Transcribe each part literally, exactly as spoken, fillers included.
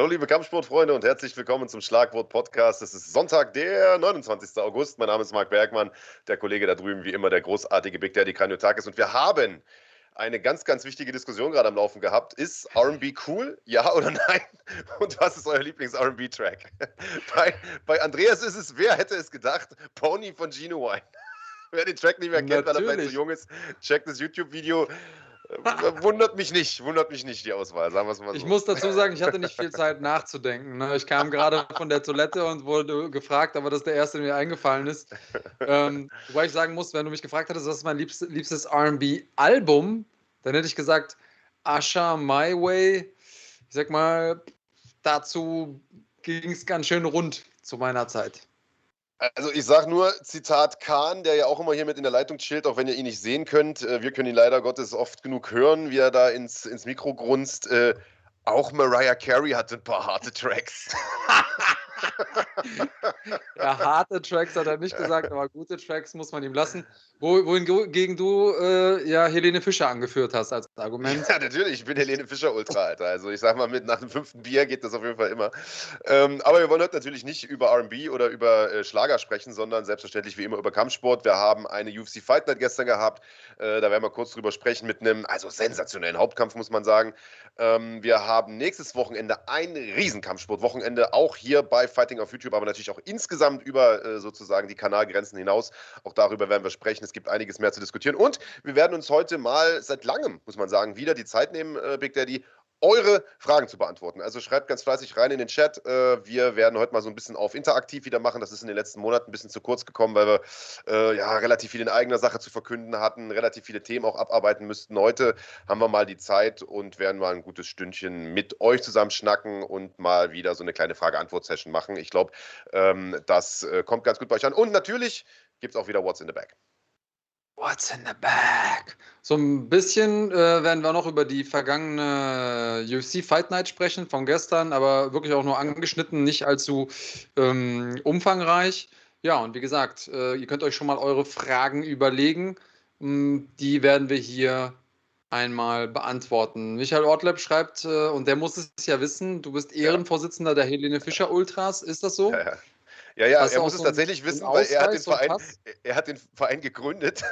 Hallo liebe Kampfsportfreunde und herzlich willkommen zum Schlagwort-Podcast. Es ist Sonntag, der neunundzwanzigster August. Mein Name ist Marc Bergmann, der Kollege da drüben wie immer, der großartige Big Daddy Kranjotakis. Und wir haben eine ganz, ganz wichtige Diskussion gerade am Laufen gehabt. Ist R and B cool? Ja oder nein? Und was ist euer Lieblings-R and B-Track? Bei, bei Andreas ist es, wer hätte es gedacht, Pony von Genuine. Wer den Track nicht mehr kennt, weil er vielleicht zu jung ist, checkt das YouTube-Video. Wundert mich nicht, wundert mich nicht die Auswahl, sagen wir es mal so. Ich muss dazu sagen, ich hatte nicht viel Zeit nachzudenken. Ne? Ich kam gerade von der Toilette und wurde gefragt, aber das ist der erste, der mir eingefallen ist. Ähm, wobei ich sagen muss, wenn du mich gefragt hättest, was ist mein liebstes, liebstes R and B-Album, dann hätte ich gesagt, Usher, My Way. Ich sag mal, dazu ging es ganz schön rund zu meiner Zeit. Also ich sage nur, Zitat Kahn, der ja auch immer hier mit in der Leitung chillt, auch wenn ihr ihn nicht sehen könnt. Wir können ihn leider Gottes oft genug hören, wie er da ins, ins Mikro grunzt. Äh, auch Mariah Carey hatte ein paar harte Tracks. Ja, harte Tracks hat er nicht gesagt, aber gute Tracks muss man ihm lassen. Wo, wohingegen du äh, ja Helene Fischer angeführt hast als Argument. Ja, natürlich, ich bin Helene Fischer-Ultra, Alter. Also ich sag mal, mit nach dem fünften Bier geht das auf jeden Fall immer. Ähm, aber wir wollen heute natürlich nicht über R and B oder über äh, Schlager sprechen, sondern selbstverständlich wie immer über Kampfsport. Wir haben eine U F C Fight Night gestern gehabt. Äh, da werden wir kurz drüber sprechen mit einem, also sensationellen Hauptkampf, muss man sagen. Ähm, wir haben nächstes Wochenende ein Riesenkampfsport-Wochenende, auch hier bei Fighting auf YouTube, aber natürlich auch insgesamt über äh, sozusagen die Kanalgrenzen hinaus. Auch darüber werden wir sprechen. Es gibt einiges mehr zu diskutieren. Und wir werden uns heute mal seit langem, muss man sagen, wieder die Zeit nehmen, äh, Big Daddy, eure Fragen zu beantworten. Also schreibt ganz fleißig rein in den Chat. Äh, wir werden heute mal so ein bisschen auf interaktiv wieder machen. Das ist in den letzten Monaten ein bisschen zu kurz gekommen, weil wir äh, ja relativ viel in eigener Sache zu verkünden hatten, relativ viele Themen auch abarbeiten müssten. Heute haben wir mal die Zeit und werden mal ein gutes Stündchen mit euch zusammen schnacken und mal wieder so eine kleine Frage-Antwort-Session machen. Ich glaube, ähm, das äh, kommt ganz gut bei euch an. Und natürlich gibt es auch wieder What's in the Bag. What's in the bag? So ein bisschen äh, werden wir noch über die vergangene U F C Fight Night sprechen von gestern, aber wirklich auch nur angeschnitten, nicht allzu ähm, umfangreich. Ja, und wie gesagt, äh, ihr könnt euch schon mal eure Fragen überlegen. Ähm, die werden wir hier einmal beantworten. Michael Ortleb schreibt, äh, und der muss es ja wissen, du bist Ehrenvorsitzender der Helene Fischer Ultras, ist das so? Ja, ja. Ja, ja, Hast er du auch muss es so einen, tatsächlich so einen wissen, weil er hat den Ausweis, so einen Verein, Pass? er hat den Verein gegründet.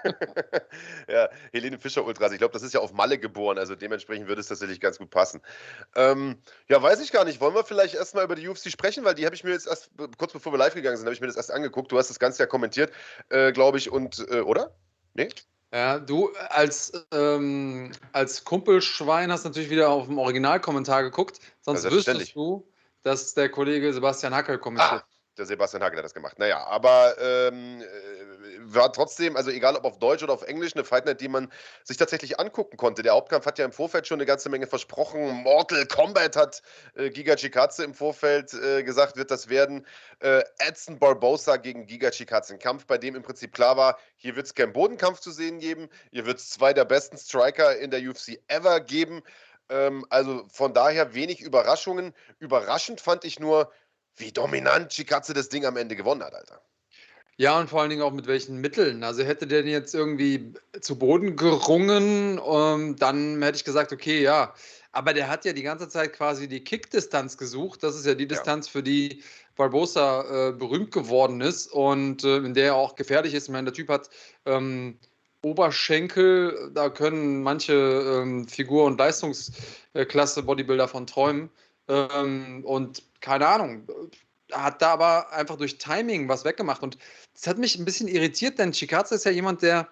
Ja, Helene Fischer Ultras. Ich glaube, das ist ja auf Malle geboren, also dementsprechend würde es tatsächlich ganz gut passen. Ähm, ja, weiß ich gar nicht. Wollen wir vielleicht erstmal über die U F C sprechen, weil die habe ich mir jetzt erst, kurz bevor wir live gegangen sind, habe ich mir das erst angeguckt. Du hast das Ganze ja kommentiert, äh, glaube ich, und, äh, oder? Nee? Ja, du als, ähm, als Kumpelschwein hast natürlich wieder auf dem Originalkommentar geguckt, Ja, sonst wüsstest selbstverständlich. du, dass der Kollege Sebastian Hackel Ah, kommentiert. der Sebastian Hagel hat das gemacht. Naja, aber ähm, äh, war trotzdem, also egal ob auf Deutsch oder auf Englisch, eine Fight Night, die man sich tatsächlich angucken konnte. Der Hauptkampf hat ja im Vorfeld schon eine ganze Menge versprochen. Mortal Kombat hat äh, Giga Chikadze im Vorfeld äh, gesagt, wird das werden. Äh, Edson Barbosa gegen Giga Chikadze. Ein Kampf, bei dem im Prinzip klar war, hier wird es keinen Bodenkampf zu sehen geben. Hier wird es zwei der besten Striker in der U F C ever geben. Ähm, also von daher wenig Überraschungen. Überraschend fand ich nur, wie dominant Chikadze das Ding am Ende gewonnen hat, Alter. Ja, und vor allen Dingen auch mit welchen Mitteln. Also hätte der den jetzt irgendwie zu Boden gerungen, ähm, dann hätte ich gesagt, okay, ja. Aber der hat ja die ganze Zeit quasi die Kickdistanz gesucht. Das ist ja die Ja. Distanz, für die Barbosa äh, berühmt geworden ist und äh, in der er auch gefährlich ist. Ich meine, der Typ hat ähm, Oberschenkel, da können manche ähm, Figur- und Leistungsklasse Bodybuilder von träumen. Ähm, und keine Ahnung, hat da aber einfach durch Timing was weggemacht. Und das hat mich ein bisschen irritiert, denn Chikadze ist ja jemand, der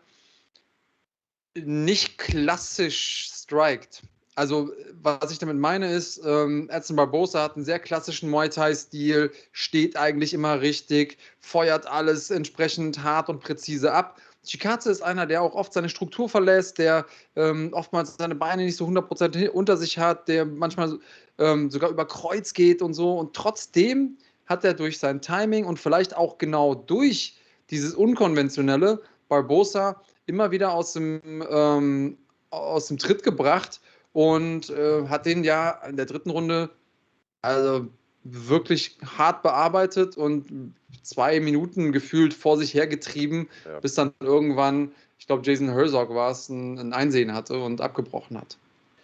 nicht klassisch strikt. Also, was ich damit meine, ist, ähm, Edson Barbosa hat einen sehr klassischen Muay Thai-Stil, steht eigentlich immer richtig, feuert alles entsprechend hart und präzise ab. Chikadze ist einer, der auch oft seine Struktur verlässt, der ähm, oftmals seine Beine nicht so hundert Prozent unter sich hat, der manchmal ähm, sogar über Kreuz geht und so. Und trotzdem hat er durch sein Timing und vielleicht auch genau durch dieses Unkonventionelle Barbosa immer wieder aus dem, ähm, aus dem Tritt gebracht und äh, hat den ja in der dritten Runde also wirklich hart bearbeitet und zwei Minuten gefühlt vor sich hergetrieben, Ja. bis dann irgendwann, ich glaube, Jason Herzog war es, ein, ein Einsehen hatte und abgebrochen hat.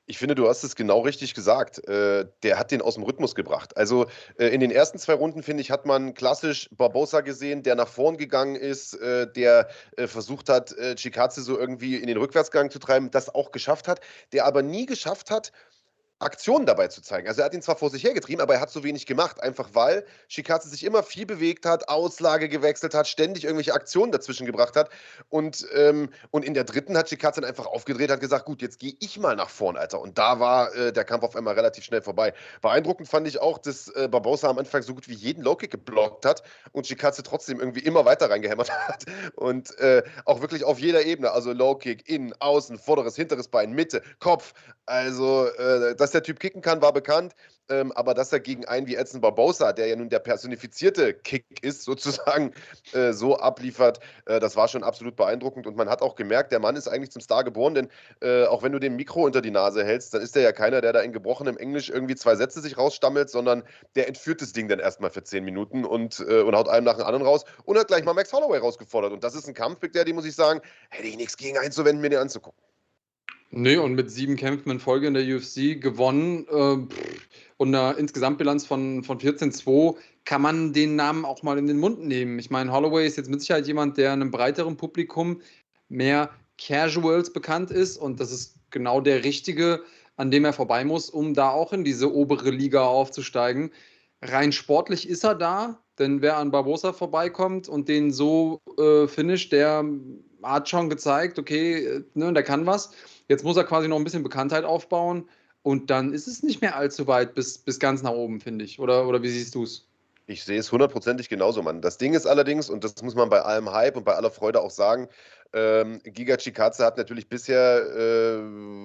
Ich finde, du hast es genau richtig gesagt. Äh, der hat den aus dem Rhythmus gebracht. Also äh, in den ersten zwei Runden, finde ich, hat man klassisch Barbosa gesehen, der nach vorn gegangen ist, äh, der äh, versucht hat, äh, Chikadze so irgendwie in den Rückwärtsgang zu treiben, das auch geschafft hat, der aber nie geschafft hat, Aktionen dabei zu zeigen. Also er hat ihn zwar vor sich hergetrieben, aber er hat so wenig gemacht, einfach weil Chikadze sich immer viel bewegt hat, Auslage gewechselt hat, ständig irgendwelche Aktionen dazwischen gebracht hat. Und, ähm, und in der dritten hat Chikadze dann einfach aufgedreht, hat gesagt, gut, jetzt gehe ich mal nach vorn, Alter. Und da war äh, der Kampf auf einmal relativ schnell vorbei. Beeindruckend fand ich auch, dass äh, Barbosa am Anfang so gut wie jeden Low-Kick geblockt hat und Chikadze trotzdem irgendwie immer weiter reingehämmert hat. Und äh, auch wirklich auf jeder Ebene, also Low-Kick, innen, außen, vorderes, hinteres Bein, Mitte, Kopf. Also äh, das dass der Typ kicken kann, war bekannt. Ähm, aber dass er gegen einen wie Edson Barbosa, der ja nun der personifizierte Kick ist, sozusagen, äh, so abliefert, äh, das war schon absolut beeindruckend. Und man hat auch gemerkt, der Mann ist eigentlich zum Star geboren, denn äh, auch wenn du dem Mikro unter die Nase hältst, dann ist der ja keiner, der da in gebrochenem Englisch irgendwie zwei Sätze sich rausstammelt, sondern der entführt das Ding dann erstmal für zehn Minuten und, äh, und haut einem nach dem anderen raus und hat gleich mal Max Holloway rausgefordert. Und das ist ein Kampf, Big Daddy, muss ich sagen, hätte ich nichts gegen einzuwenden, mir den anzugucken. Nee, und mit sieben Kämpfen in Folge in der U F C gewonnen äh, pff, und einer Insgesamtbilanz von, von vierzehn zwei kann man den Namen auch mal in den Mund nehmen. Ich meine, Holloway ist jetzt mit Sicherheit jemand, der einem breiteren Publikum mehr Casuals bekannt ist und das ist genau der Richtige, an dem er vorbei muss, um da auch in diese obere Liga aufzusteigen. Rein sportlich ist er da, denn wer an Barbosa vorbeikommt und den so äh, finisht, der hat schon gezeigt, okay, äh, ne, der kann was. Jetzt muss er quasi noch ein bisschen Bekanntheit aufbauen und dann ist es nicht mehr allzu weit bis, bis ganz nach oben, finde ich. Oder, oder wie siehst du es? Ich sehe es hundertprozentig genauso, Mann. Das Ding ist allerdings, und das muss man bei allem Hype und bei aller Freude auch sagen, ähm, Giga Chikadze hat natürlich bisher äh,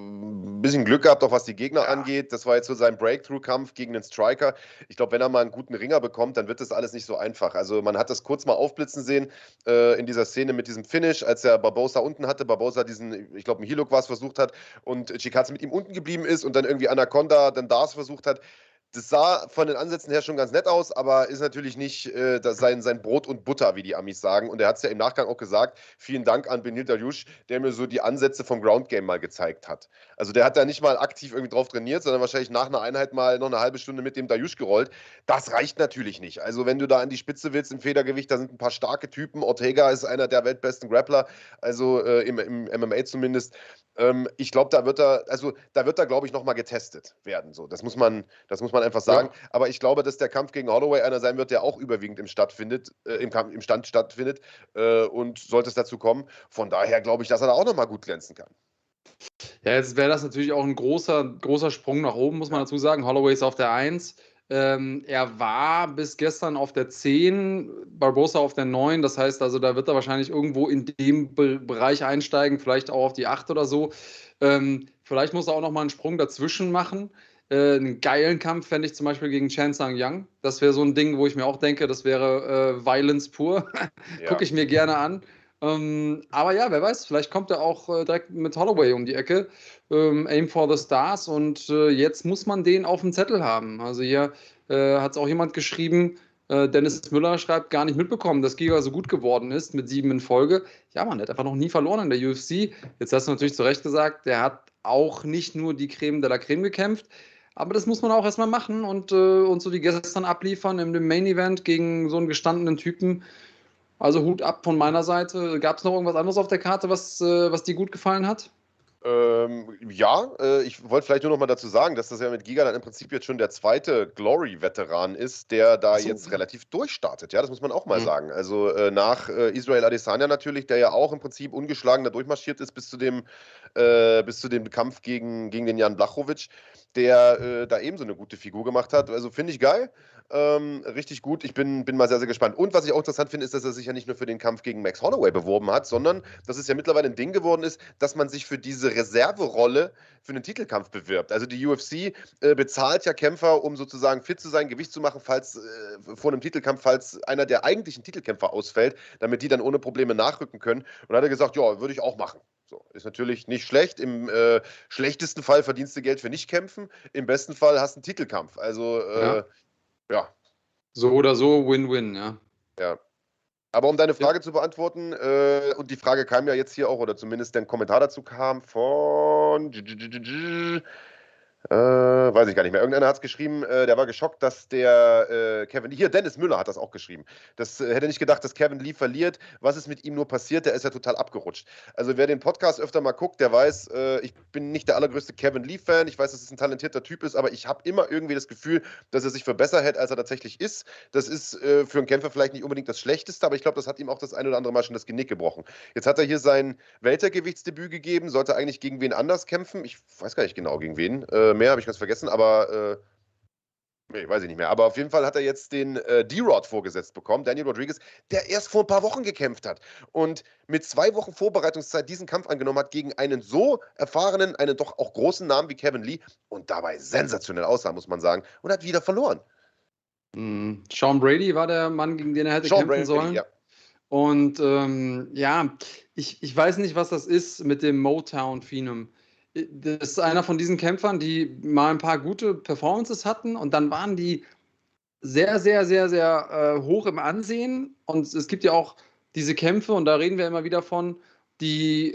ein bisschen Glück gehabt, auch was die Gegner angeht. Das war jetzt so sein Breakthrough-Kampf gegen den Striker. Ich glaube, wenn er mal einen guten Ringer bekommt, dann wird das alles nicht so einfach. Also man hat das kurz mal aufblitzen sehen äh, in dieser Szene mit diesem Finish, als er Barbosa unten hatte. Barbosa diesen, ich glaube, einen Heel-Hook war es, versucht hat und Chikadze mit ihm unten geblieben ist und dann irgendwie Anaconda, dann Dars versucht hat. Das sah von den Ansätzen her schon ganz nett aus, aber ist natürlich nicht äh, das sein, sein Brot und Butter, wie die Amis sagen. Und er hat es ja im Nachgang auch gesagt. Vielen Dank an Benil Dariush, der mir so die Ansätze vom Ground Game mal gezeigt hat. Also der hat da nicht mal aktiv irgendwie drauf trainiert, sondern wahrscheinlich nach einer Einheit mal noch eine halbe Stunde mit dem Dariush gerollt. Das reicht natürlich nicht. Also wenn du da an die Spitze willst im Federgewicht, da sind ein paar starke Typen. Ortega ist einer der weltbesten Grappler, also äh, im, im M M A zumindest. Ähm, ich glaube, da wird er, also da wird er, glaube ich, nochmal getestet werden. So, das muss man, das muss man einfach sagen. Ja. Aber ich glaube, dass der Kampf gegen Holloway einer sein wird, der auch überwiegend im stattfindet, äh, im, Kampf, im Stand stattfindet. Äh, und sollte es dazu kommen, von daher glaube ich, dass er da auch nochmal gut glänzen kann. Ja, jetzt wäre das natürlich auch ein großer, großer Sprung nach oben, muss man Ja. dazu sagen. Holloway ist auf der eins. Ähm, er war bis gestern auf der zehn, Barbosa auf der neun. Das heißt also, da wird er wahrscheinlich irgendwo in dem Be Bereich einsteigen, vielleicht auch auf die acht oder so. Ähm, vielleicht muss er auch noch mal einen Sprung dazwischen machen. Äh, einen geilen Kampf fände ich zum Beispiel gegen Chan Sang Yang. Das wäre so ein Ding, wo ich mir auch denke, das wäre äh, Violence pur. Gucke Ja. ich mir gerne an. Ähm, aber ja, wer weiß, vielleicht kommt er auch äh, direkt mit Holloway um die Ecke. Ähm, Aim for the Stars und äh, jetzt muss man den auf dem Zettel haben. Also hier äh, hat es auch jemand geschrieben, äh, Dennis Müller schreibt, gar nicht mitbekommen, dass Giga so gut geworden ist mit sieben in Folge. Ja, man, der hat einfach noch nie verloren in der U F C. Jetzt hast du natürlich zu Recht gesagt, der hat auch nicht nur die Creme de la Creme gekämpft. Aber das muss man auch erstmal machen und, äh, und so wie gestern abliefern im Main Event gegen so einen gestandenen Typen. Also Hut ab von meiner Seite. Gab es noch irgendwas anderes auf der Karte, was, äh, was dir gut gefallen hat? Ähm, ja, äh, ich wollte vielleicht nur noch mal dazu sagen, dass das ja mit Giga dann im Prinzip jetzt schon der zweite Glory-Veteran ist, der da Ach so, jetzt ja. relativ durchstartet. Ja, das muss man auch mal Mhm. sagen. Also äh, nach äh, Israel Adesanya natürlich, der ja auch im Prinzip ungeschlagen da durchmarschiert ist bis zu dem, äh, bis zu dem Kampf gegen, gegen den Jan Blachowicz, der äh, da ebenso eine gute Figur gemacht hat. Also finde ich geil. Ähm, richtig gut. Ich bin, bin mal sehr, sehr gespannt. Und was ich auch interessant finde, ist, dass er sich ja nicht nur für den Kampf gegen Max Holloway beworben hat, sondern dass es ja mittlerweile ein Ding geworden ist, dass man sich für diese Reserverolle für einen Titelkampf bewirbt. Also die U F C äh, bezahlt ja Kämpfer, um sozusagen fit zu sein, Gewicht zu machen, falls äh, vor einem Titelkampf, falls einer der eigentlichen Titelkämpfer ausfällt, damit die dann ohne Probleme nachrücken können. Und da hat er gesagt, ja, würde ich auch machen. So, ist natürlich nicht schlecht. Im äh, schlechtesten Fall verdienst du Geld für nicht kämpfen. Im besten Fall hast du einen Titelkampf. Also, äh, Ja, ja, so oder so, Win-Win, ja. ja. Aber um deine Frage ja. zu beantworten, äh, und die Frage kam ja jetzt hier auch, oder zumindest der Kommentar dazu kam von Äh, weiß ich gar nicht mehr. Irgendeiner hat es geschrieben, äh, der war geschockt, dass der äh, Kevin Lee, hier Dennis Müller hat das auch geschrieben, das äh, hätte nicht gedacht, dass Kevin Lee verliert. Was ist mit ihm nur passiert? Der ist ja total abgerutscht. Also wer den Podcast öfter mal guckt, der weiß, äh, ich bin nicht der allergrößte Kevin Lee-Fan. Ich weiß, dass es ein talentierter Typ ist, aber ich habe immer irgendwie das Gefühl, dass er sich für besser hält, als er tatsächlich ist. Das ist äh, für einen Kämpfer vielleicht nicht unbedingt das Schlechteste, aber ich glaube, das hat ihm auch das ein oder andere Mal schon das Genick gebrochen. Jetzt hat er hier sein Weltergewichtsdebüt gegeben, sollte eigentlich gegen wen anders kämpfen. Ich weiß gar nicht genau gegen wen. Äh, mehr habe ich ganz vergessen, aber äh, nee, weiß ich nicht mehr. Aber auf jeden Fall hat er jetzt den äh, D-Rod vorgesetzt bekommen, Daniel Rodriguez, der erst vor ein paar Wochen gekämpft hat und mit zwei Wochen Vorbereitungszeit diesen Kampf angenommen hat gegen einen so erfahrenen, einen doch auch großen Namen wie Kevin Lee und dabei sensationell aussah, muss man sagen, und hat wieder verloren. Mhm. Sean Brady war der Mann, gegen den er hätte Sean kämpfen Brady, sollen. Ja. Und ähm, ja, ich, ich weiß nicht, was das ist mit dem Motown-Phenom. Das ist einer von diesen Kämpfern, die mal ein paar gute Performances hatten und dann waren die sehr, sehr, sehr, sehr äh, hoch im Ansehen. Und es gibt ja auch diese Kämpfe, und da reden wir immer wieder von, die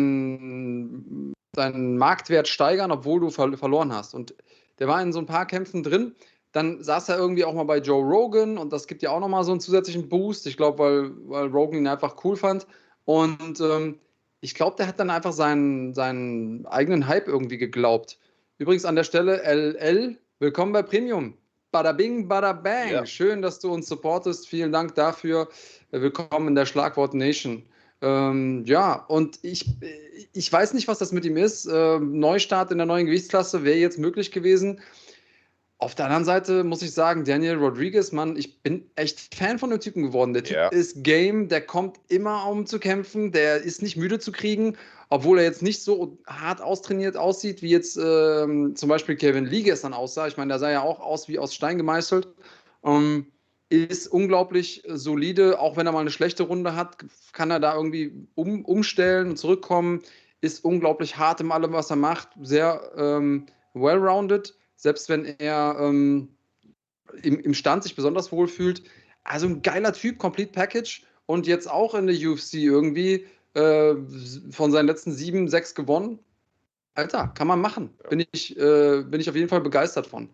deinen dein Marktwert steigern, obwohl du ver verloren hast. Und der war in so ein paar Kämpfen drin. Dann saß er irgendwie auch mal bei Joe Rogan und das gibt ja auch nochmal so einen zusätzlichen Boost. Ich glaube, weil, weil Rogan ihn einfach cool fand. Und ähm, ich glaube, der hat dann einfach seinen, seinen eigenen Hype irgendwie geglaubt. Übrigens an der Stelle, L L, willkommen bei Premium. Bada bing, bada bang. Ja. Schön, dass du uns supportest. Vielen Dank dafür. Willkommen in der Schlagwort Nation. Ähm, ja, und ich, ich weiß nicht, was das mit ihm ist. Ähm, Neustart in der neuen Gewichtsklasse wäre jetzt möglich gewesen. Auf der anderen Seite muss ich sagen, Daniel Rodriguez, Mann, ich bin echt Fan von dem Typen geworden. Der Typ Ja. ist Game, der kommt immer, um zu kämpfen, der ist nicht müde zu kriegen, obwohl er jetzt nicht so hart austrainiert aussieht, wie jetzt ähm, zum Beispiel Kevin Lee gestern aussah. Ich meine, der sah ja auch aus wie aus Stein gemeißelt. Ähm, ist unglaublich solide, auch wenn er mal eine schlechte Runde hat, kann er da irgendwie um, umstellen und zurückkommen, ist unglaublich hart in allem, was er macht, sehr ähm, well-rounded. Selbst wenn er ähm, im, im Stand sich besonders wohl fühlt. Also ein geiler Typ, Complete Package. Und jetzt auch in der U F C irgendwie äh, von seinen letzten sieben, sechs gewonnen. Alter, kann man machen. Ja. Bin ich, äh, bin ich auf jeden Fall begeistert von.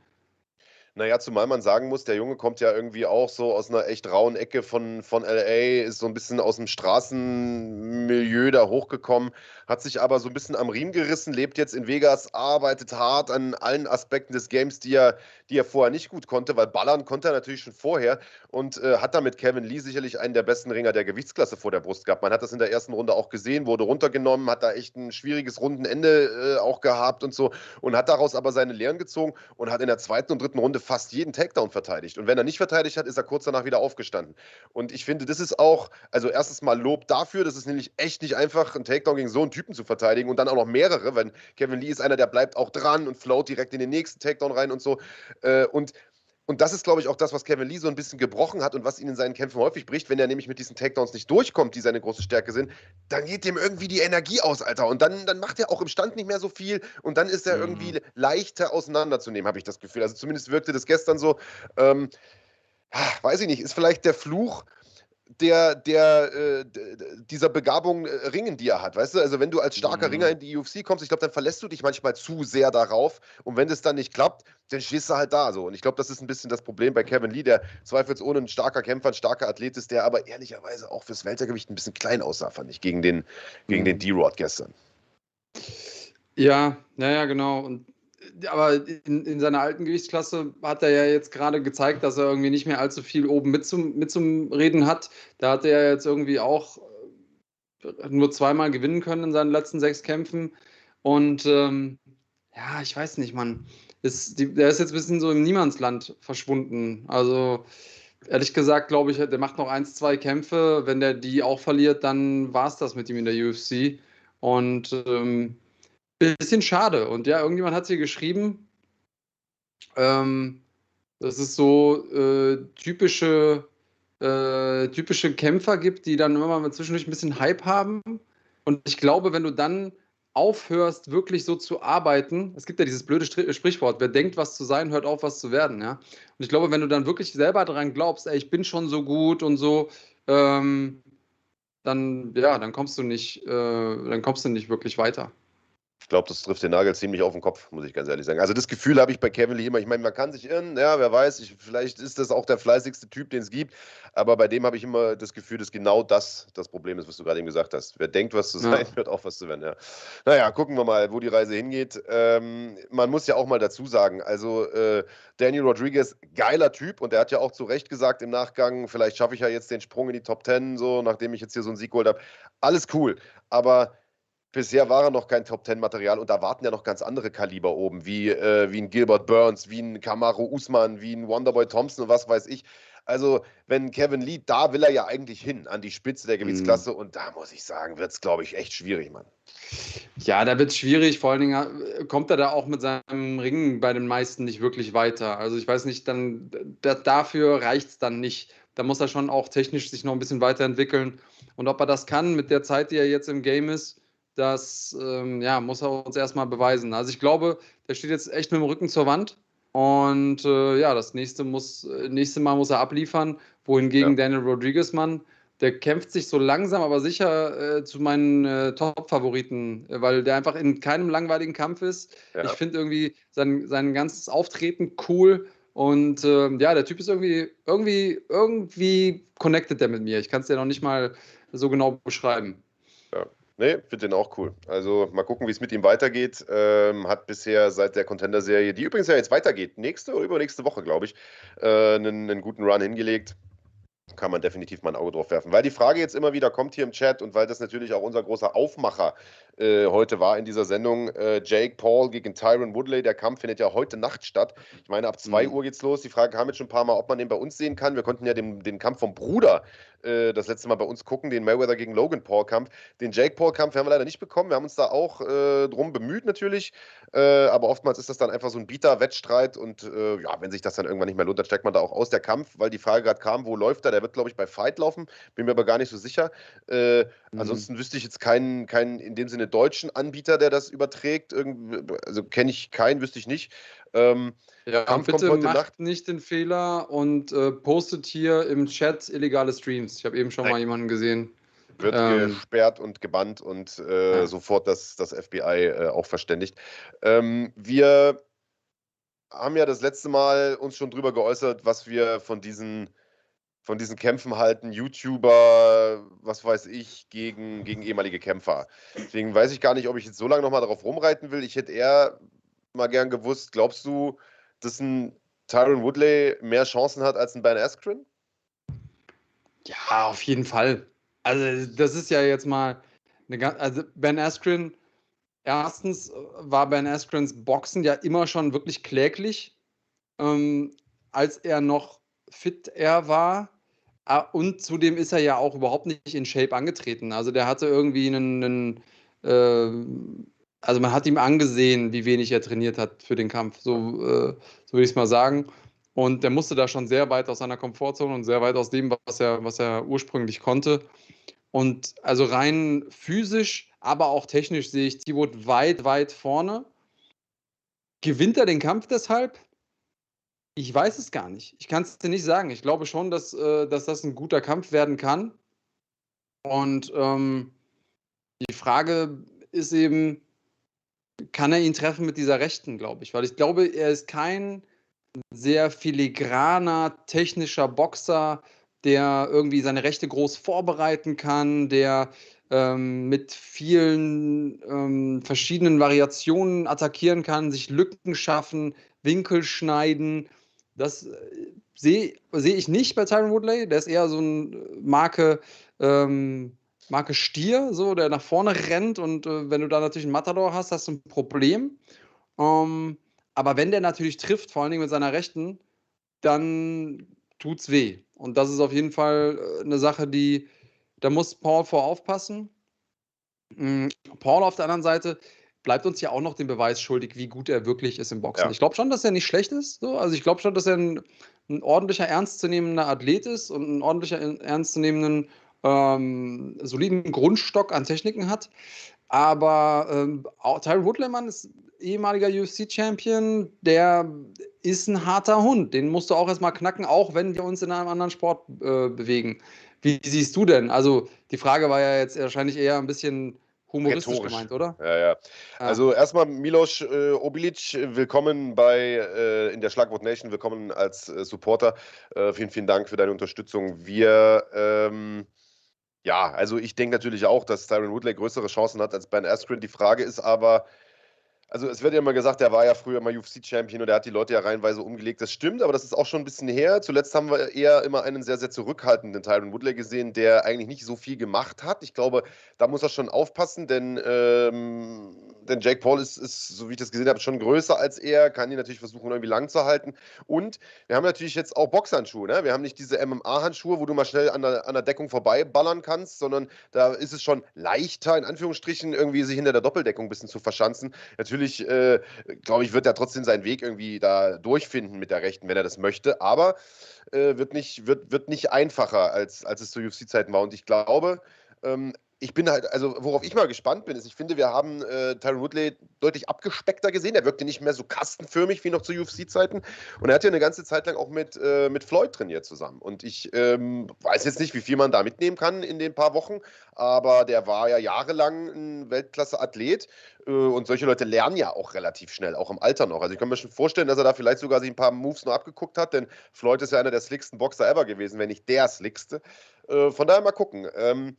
Naja, zumal man sagen muss, der Junge kommt ja irgendwie auch so aus einer echt rauen Ecke von, von L A, ist so ein bisschen aus dem Straßenmilieu da hochgekommen, hat sich aber so ein bisschen am Riemen gerissen, lebt jetzt in Vegas, arbeitet hart an allen Aspekten des Games, die er, die er vorher nicht gut konnte, weil ballern konnte er natürlich schon vorher und äh, hat damit Kevin Lee sicherlich einen der besten Ringer der Gewichtsklasse vor der Brust gehabt. Man hat das in der ersten Runde auch gesehen, wurde runtergenommen, hat da echt ein schwieriges Rundenende äh, auch gehabt und so und hat daraus aber seine Lehren gezogen und hat in der zweiten und dritten Runde fast jeden Takedown verteidigt. Und wenn er nicht verteidigt hat, ist er kurz danach wieder aufgestanden. Und ich finde, das ist auch, also erstens mal Lob dafür, das ist nämlich echt nicht einfach, einen Takedown gegen so einen Typen zu verteidigen und dann auch noch mehrere, weil Kevin Lee ist einer, der bleibt auch dran und float direkt in den nächsten Takedown rein und so. Und Und das ist, glaube ich, auch das, was Kevin Lee so ein bisschen gebrochen hat und was ihn in seinen Kämpfen häufig bricht. Wenn er nämlich mit diesen Takedowns nicht durchkommt, die seine große Stärke sind, dann geht dem irgendwie die Energie aus, Alter. Und dann, dann macht er auch im Stand nicht mehr so viel und dann ist er mhm. irgendwie leichter auseinanderzunehmen, habe ich das Gefühl. Also zumindest wirkte das gestern so. Ähm, weiß ich nicht, ist vielleicht der Fluch der, der, äh, dieser Begabung äh, ringen, die er hat, weißt du? Also wenn du als starker mhm. Ringer in die U F C kommst, ich glaube, dann verlässt du dich manchmal zu sehr darauf und wenn das dann nicht klappt, dann stehst du halt da so. Und ich glaube, das ist ein bisschen das Problem bei Kevin Lee, der zweifelsohne ein starker Kämpfer, ein starker Athlet ist, der aber ehrlicherweise auch fürs Weltergewicht ein bisschen klein aussah, fand ich, gegen den, gegen mhm. den D-Rod gestern. Ja, naja, genau. Und aber in, in seiner alten Gewichtsklasse hat er ja jetzt gerade gezeigt, dass er irgendwie nicht mehr allzu viel oben mit zum, mit zum Reden hat. Da hat er jetzt irgendwie auch nur zweimal gewinnen können in seinen letzten sechs Kämpfen. Und ähm, ja, ich weiß nicht, Mann. Ist, die, der ist jetzt ein bisschen so im Niemandsland verschwunden. Also ehrlich gesagt, glaube ich, der macht noch eins, zwei Kämpfe. Wenn der die auch verliert, dann war es das mit ihm in der U F C. Und ähm, bisschen schade. Und ja, irgendjemand hat hier geschrieben, ähm, dass es so äh, typische, äh, typische Kämpfer gibt, die dann immer mal zwischendurch ein bisschen Hype haben. Und ich glaube, wenn du dann aufhörst, wirklich so zu arbeiten, es gibt ja dieses blöde Stri- Sprichwort, wer denkt, was zu sein, hört auf, was zu werden, ja. Und ich glaube, wenn du dann wirklich selber daran glaubst, ey, ich bin schon so gut und so, ähm, dann, ja, dann kommst du nicht, äh, dann kommst du nicht wirklich weiter. Ich glaube, das trifft den Nagel ziemlich auf den Kopf, muss ich ganz ehrlich sagen. Also das Gefühl habe ich bei Kevin Lee immer. Ich meine, man kann sich irren, ja, wer weiß, ich, vielleicht ist das auch der fleißigste Typ, den es gibt. Aber bei dem habe ich immer das Gefühl, dass genau das das Problem ist, was du gerade eben gesagt hast. Wer denkt, was zu sein, Ja. hört auf, was zu werden. Ja. Naja, gucken wir mal, wo die Reise hingeht. Ähm, man muss ja auch mal dazu sagen, also äh, Daniel Rodriguez, geiler Typ. Und der hat ja auch zu Recht gesagt im Nachgang, vielleicht schaffe ich ja jetzt den Sprung in die Top Ten, so, nachdem ich jetzt hier so einen Sieg geholt habe. Alles cool. Aber bisher war er noch kein Top-Ten-Material und da warten ja noch ganz andere Kaliber oben, wie, äh, wie ein Gilbert Burns, wie ein Kamaru Usman, wie ein Wonderboy Thompson und was weiß ich. Also, wenn Kevin Lee, da will er ja eigentlich hin, an die Spitze der Mhm. Gewichtsklasse und da muss ich sagen, wird es, glaube ich, echt schwierig, Mann. Ja, da wird es schwierig, vor allen Dingen äh, kommt er da auch mit seinem Ringen bei den meisten nicht wirklich weiter. Also ich weiß nicht, dann da, dafür reicht es dann nicht. Da muss er schon auch technisch sich noch ein bisschen weiterentwickeln. Und ob er das kann mit der Zeit, die er jetzt im Game ist, das ähm, ja, muss er uns erstmal beweisen. Also ich glaube, der steht jetzt echt mit dem Rücken zur Wand. Und äh, ja, das nächste, muss, äh, nächste Mal muss er abliefern, Ja, wohingegen Daniel Rodriguez, Mann, der kämpft sich so langsam, aber sicher äh, zu meinen äh, Top-Favoriten, äh, weil der einfach in keinem langweiligen Kampf ist. Ich ja. finde irgendwie sein, sein ganzes Auftreten cool und äh, ja, der Typ ist irgendwie, irgendwie, irgendwie connected der mit mir. Ich kann es dir noch nicht mal so genau beschreiben. Ja. Nee, finde den auch cool. Also mal gucken, wie es mit ihm weitergeht. Ähm, hat bisher seit der Contender-Serie, die übrigens ja jetzt weitergeht, nächste oder übernächste Woche, glaube ich, äh, einen, einen guten Run hingelegt. Kann man definitiv mal ein Auge drauf werfen. Weil die Frage jetzt immer wieder kommt hier im Chat und weil das natürlich auch unser großer Aufmacher äh, heute war in dieser Sendung, äh, Jake Paul gegen Tyron Woodley, der Kampf findet ja heute Nacht statt. Ich meine, ab zwei Mhm. Uhr geht's los. Die Frage kam jetzt schon ein paar Mal, ob man den bei uns sehen kann. Wir konnten ja den, den Kampf vom Bruder äh, das letzte Mal bei uns gucken, den Mayweather gegen Logan Paul Kampf. Den Jake Paul Kampf haben wir leider nicht bekommen. Wir haben uns da auch äh, drum bemüht natürlich, äh, aber oftmals ist das dann einfach so ein Bieter-Wettstreit und äh, ja, wenn sich das dann irgendwann nicht mehr lohnt, dann steigt man da auch aus. Der Kampf, weil die Frage gerade kam, wo läuft er? Der wird, glaube ich, bei Fight laufen, bin mir aber gar nicht so sicher. Äh, Mhm. ansonsten wüsste ich jetzt keinen, keinen in dem Sinne deutschen Anbieter, der das überträgt. Irgend, also kenne ich keinen, wüsste ich nicht. Ähm, Ja, Kampf kommt bitte heute Nacht. macht nicht den Fehler und äh, postet hier im Chat illegale Streams. Ich habe eben schon Nein, mal jemanden gesehen. wird Ähm, gesperrt und gebannt und äh, ja. sofort das, das F B I äh, auch verständigt. Ähm, wir haben ja das letzte Mal uns schon drüber geäußert, was wir von diesen, von diesen Kämpfen halten, YouTuber, was weiß ich, gegen, gegen ehemalige Kämpfer. Deswegen weiß ich gar nicht, ob ich jetzt so lange nochmal darauf rumreiten will. Ich hätte eher mal gern gewusst, glaubst du, dass ein Tyron Woodley mehr Chancen hat als ein Ben Askren? Ja, auf jeden Fall. Also, das ist ja jetzt mal eine ganz. Also, Ben Askren, erstens äh, war Ben Askrens Boxen ja immer schon wirklich kläglich, ähm, als er noch fit er war. Ah, und zudem ist er ja auch überhaupt nicht in Shape angetreten. Also, der hatte irgendwie einen, einen ähm, also man hat ihm angesehen, wie wenig er trainiert hat für den Kampf. So, äh, so würde ich es mal sagen. Und der musste da schon sehr weit aus seiner Komfortzone und sehr weit aus dem, was er, was er ursprünglich konnte. Und also rein physisch, aber auch technisch sehe ich Thibaut weit, weit vorne. Gewinnt er den Kampf deshalb? Ich weiß es gar nicht. Ich kann es dir nicht sagen. Ich glaube schon, dass, äh, dass das ein guter Kampf werden kann. Und ähm, die Frage ist eben, kann er ihn treffen mit dieser Rechten, glaube ich. Weil ich glaube, er ist kein sehr filigraner, technischer Boxer, der irgendwie seine Rechte groß vorbereiten kann, der ähm, mit vielen ähm, verschiedenen Variationen attackieren kann, sich Lücken schaffen, Winkel schneiden. Das äh, sehe seh ich nicht bei Tyron Woodley. Der ist eher so ein Marke, ähm, Marke Stier, so, der nach vorne rennt und äh, wenn du da natürlich einen Matador hast, hast du ein Problem. Ähm, aber wenn der natürlich trifft, vor allen Dingen mit seiner Rechten, dann tut's weh. Und das ist auf jeden Fall äh, 'ne Sache, die da muss Paul vor aufpassen. Hm, Paul auf der anderen Seite bleibt uns ja auch noch den Beweis schuldig, wie gut er wirklich ist im Boxen. Ja. Ich glaube schon, dass er nicht schlecht ist, so. Also, ich glaube schon, dass er 'n 'n ordentlicher, ernstzunehmender Athlet ist und 'n ordentlicher, en ernstzunehmenden, ähm, soliden Grundstock an Techniken hat. Aber ähm, auch Tyron Woodley, Mann, ist ehemaliger U F C-Champion, der ist ein harter Hund. Den musst du auch erstmal knacken, auch wenn wir uns in einem anderen Sport äh, bewegen. Wie siehst du denn? Also, die Frage war ja jetzt wahrscheinlich eher ein bisschen humoristisch Rhetorisch. gemeint, oder? Ja, ja. Ja. Also erstmal Milos äh, Obilic, willkommen bei äh, in der Schlagwort Nation, willkommen als äh, Supporter. Äh, vielen, vielen Dank für deine Unterstützung. Wir, ähm, ja, also ich denke natürlich auch, dass Tyron Woodley größere Chancen hat als Ben Askren. Die Frage ist aber, also es wird ja immer gesagt, der war ja früher mal U F C-Champion und der hat die Leute ja reihenweise umgelegt. Das stimmt, aber das ist auch schon ein bisschen her. Zuletzt haben wir eher immer einen sehr, sehr zurückhaltenden Tyron Woodley gesehen, der eigentlich nicht so viel gemacht hat. Ich glaube, da muss er schon aufpassen, denn, ähm, denn Jake Paul ist, ist, so wie ich das gesehen habe, schon größer als er, kann ihn natürlich versuchen, irgendwie lang zu halten. Und wir haben natürlich jetzt auch Boxhandschuhe. Ne? Wir haben nicht diese M M A-Handschuhe, wo du mal schnell an der, an der Deckung vorbeiballern kannst, sondern da ist es schon leichter, in Anführungsstrichen, irgendwie sich hinter der Doppeldeckung ein bisschen zu verschanzen. Natürlich Natürlich, äh, glaube ich, wird er trotzdem seinen Weg irgendwie da durchfinden mit der Rechten, wenn er das möchte. Aber äh, wird, nicht, wird, wird nicht einfacher, als, als es zu U F C-Zeiten war. Und ich glaube, ähm, ich bin halt, also worauf ich mal gespannt bin, ist, ich finde, wir haben äh, Tyron Woodley deutlich abgespeckter gesehen. Er wirkte nicht mehr so kastenförmig wie noch zu U F C-Zeiten. Und er hat ja eine ganze Zeit lang auch mit, äh, mit Floyd trainiert zusammen. Und ich ähm, weiß jetzt nicht, wie viel man da mitnehmen kann in den paar Wochen, aber der war ja jahrelang ein Weltklasse-Athlet. Äh, und solche Leute lernen ja auch relativ schnell, auch im Alter noch. Also ich kann mir schon vorstellen, dass er da vielleicht sogar sich ein paar Moves noch abgeguckt hat, denn Floyd ist ja einer der slicksten Boxer ever gewesen, wenn nicht der slickste. Äh, von daher mal gucken. Ähm,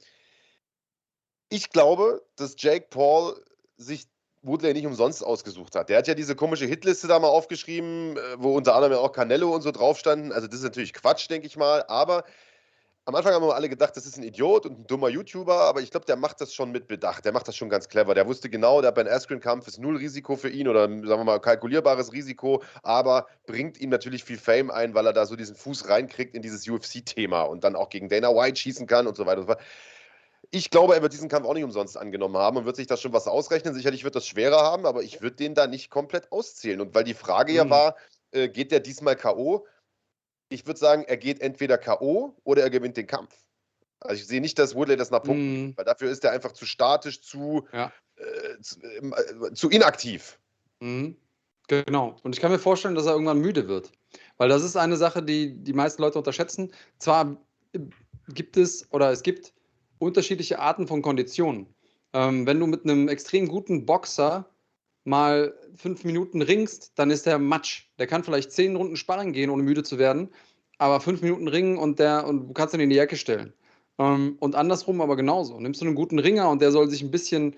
Ich glaube, dass Jake Paul sich Woodley nicht umsonst ausgesucht hat. Der hat ja diese komische Hitliste da mal aufgeschrieben, äh, wo unter anderem ja auch Canelo und so drauf standen. Also das ist natürlich Quatsch, denke ich mal. Aber am Anfang haben wir alle gedacht, das ist ein Idiot und ein dummer YouTuber, aber ich glaube, der macht das schon mit Bedacht. Der macht das schon ganz clever. Der wusste genau, der Ben Askren-Kampf ist null Risiko für ihn oder sagen wir mal kalkulierbares Risiko, aber bringt ihm natürlich viel Fame ein, weil er da so diesen Fuß reinkriegt in dieses U F C-Thema und dann auch gegen Dana White schießen kann und so weiter und so fort. Ich glaube, er wird diesen Kampf auch nicht umsonst angenommen haben und wird sich da schon was ausrechnen. Sicherlich wird das schwerer haben, aber ich würde den da nicht komplett auszählen. Und weil die Frage ja Mhm. war, äh, geht der diesmal K O? Ich würde sagen, er geht entweder K O oder er gewinnt den Kampf. Also ich sehe nicht, dass Woodley das nach Punkten Mhm. gibt, weil dafür ist er einfach zu statisch, zu, Ja. äh, zu, äh, zu inaktiv. Mhm. Genau. Und ich kann mir vorstellen, dass er irgendwann müde wird. Weil das ist eine Sache, die die meisten Leute unterschätzen. Zwar gibt es oder es gibt unterschiedliche Arten von Konditionen. Ähm, wenn du mit einem extrem guten Boxer mal fünf Minuten ringst, dann ist der Matsch. Der kann vielleicht zehn Runden Sparring gehen, ohne müde zu werden, aber fünf Minuten ringen und, der, und du kannst ihn in die Ecke stellen. Ähm, und andersrum aber genauso. Nimmst du einen guten Ringer und der soll sich ein bisschen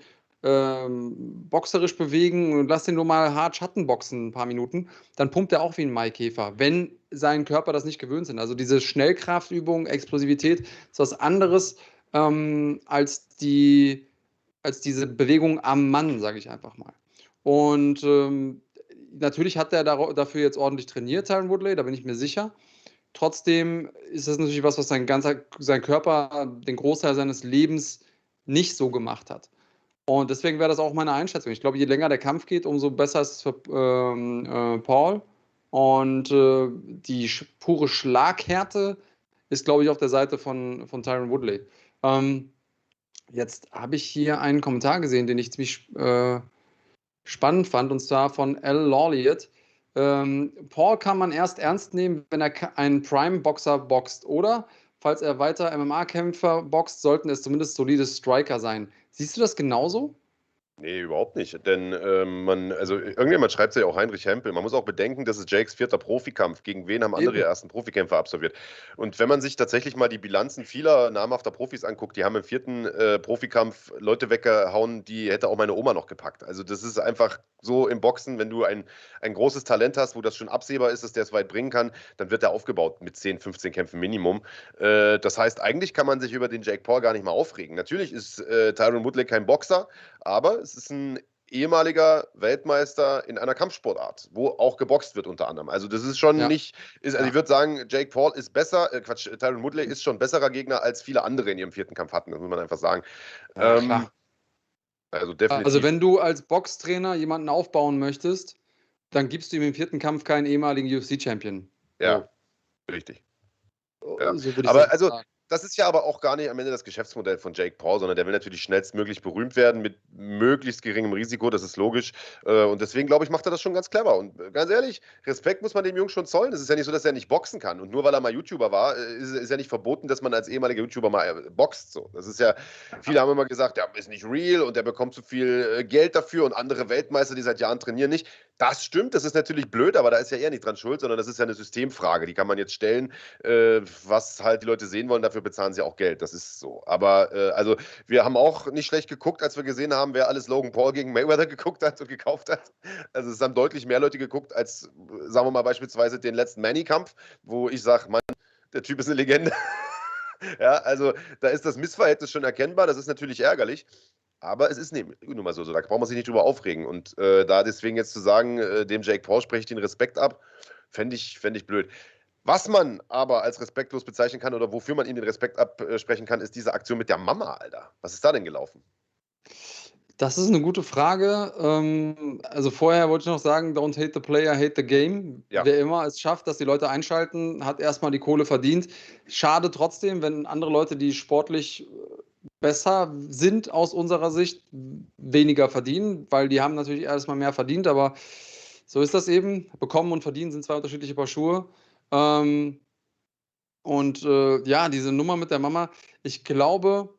ähm, boxerisch bewegen und lass den nur mal hart Schattenboxen ein paar Minuten, dann pumpt er auch wie ein Maikäfer, wenn sein Körper das nicht gewöhnt sind. Also diese Schnellkraftübung, Explosivität ist was anderes ähm, als, die, als diese Bewegung am Mann, sage ich einfach mal. Und ähm, natürlich hat er dafür jetzt ordentlich trainiert, Tyron Woodley, da bin ich mir sicher. Trotzdem ist das natürlich was, was sein ganzer, sein Körper den Großteil seines Lebens nicht so gemacht hat. Und deswegen wäre das auch meine Einschätzung. Ich glaube, je länger der Kampf geht, umso besser ist es für ähm, äh, Paul. Und äh, die sch pure Schlaghärte ist, glaube ich, auf der Seite von, von Tyron Woodley. Ähm, jetzt habe ich hier einen Kommentar gesehen, den ich ziemlich äh, spannend fand, und zwar von L. Lawliet. Ähm, Paul kann man erst ernst nehmen, wenn er einen Prime-Boxer boxt, oder? Falls er weiter M M A-Kämpfer boxt, sollten es zumindest solide Striker sein. Siehst du das genauso? Nee, überhaupt nicht. Denn ähm, man, also irgendjemand schreibt es ja auch Heinrich Hempel. Man muss auch bedenken, das ist Jakes vierter Profikampf. Gegen wen haben andere ihre Eben. ersten Profikämpfe absolviert? Und wenn man sich tatsächlich mal die Bilanzen vieler namhafter Profis anguckt, die haben im vierten äh, Profikampf Leute weggehauen, die hätte auch meine Oma noch gepackt. Also das ist einfach so im Boxen, wenn du ein, ein großes Talent hast, wo das schon absehbar ist, dass der es weit bringen kann, dann wird der aufgebaut mit zehn, fünfzehn Kämpfen Minimum. Äh, das heißt, eigentlich kann man sich über den Jake Paul gar nicht mal aufregen. Natürlich ist äh, Tyron Woodley kein Boxer, aber es ist ein ehemaliger Weltmeister in einer Kampfsportart, wo auch geboxt wird unter anderem. Also das ist schon Ja, nicht, ist, also ich ja. würde sagen, Jake Paul ist besser, äh Quatsch, Tyron Woodley ist schon besserer Gegner, als viele andere in ihrem vierten Kampf hatten, das muss man einfach sagen. Ja, Ähm, klar. also Also definitiv, wenn du als Boxtrainer jemanden aufbauen möchtest, dann gibst du ihm im vierten Kampf keinen ehemaligen U F C-Champion. ja, So, richtig. Ja. so würde ich Aber das also sagen. das ist ja aber auch gar nicht am Ende das Geschäftsmodell von Jake Paul, sondern der will natürlich schnellstmöglich berühmt werden mit möglichst geringem Risiko, das ist logisch. Äh, Und deswegen, glaube ich, macht er das schon ganz clever. Und äh, ganz ehrlich, Respekt muss man dem Jungen schon zollen. Es ist ja nicht so, dass er nicht boxen kann. Und nur weil er mal YouTuber war, äh, ist, ist ja nicht verboten, dass man als ehemaliger YouTuber mal äh, boxt. So. Das ist ja, viele haben immer gesagt, der ist nicht real und der bekommt zu viel äh, Geld dafür und andere Weltmeister, die seit Jahren trainieren, nicht. Das stimmt, das ist natürlich blöd, aber da ist ja er nicht dran schuld, sondern das ist ja eine Systemfrage. Die kann man jetzt stellen, äh, was halt die Leute sehen wollen, dafür bezahlen sie auch Geld. Das ist so. Aber äh, also wir haben auch nicht schlecht geguckt, als wir gesehen haben, wer alles Logan Paul gegen Mayweather geguckt hat und gekauft hat. Also es haben deutlich mehr Leute geguckt, als, äh, sagen wir mal beispielsweise den letzten Manny-Kampf, wo ich sage, Mann, der Typ ist eine Legende. Ja, also da ist das Missverhältnis schon erkennbar. Das ist natürlich ärgerlich. Aber es ist ne, nun mal so, so, da braucht man sich nicht drüber aufregen. Und äh, da deswegen jetzt zu sagen, äh, dem Jake Paul spreche ich den Respekt ab, fände ich, fänd ich blöd. Was man aber als respektlos bezeichnen kann oder wofür man ihm den Respekt absprechen kann, ist diese Aktion mit der Mama, Alter. Was ist da denn gelaufen? Das ist eine gute Frage. Ähm, also vorher wollte ich noch sagen, don't hate the player, hate the game. Ja, Wer immer es schafft, dass die Leute einschalten, hat erstmal die Kohle verdient. Schade trotzdem, wenn andere Leute, die sportlich äh, besser sind aus unserer Sicht, weniger verdienen, weil die haben natürlich erstmal mehr verdient, aber so ist das eben. Bekommen und verdienen sind zwei unterschiedliche Paar Schuhe. Ähm, und äh, ja, diese Nummer mit der Mama, ich glaube,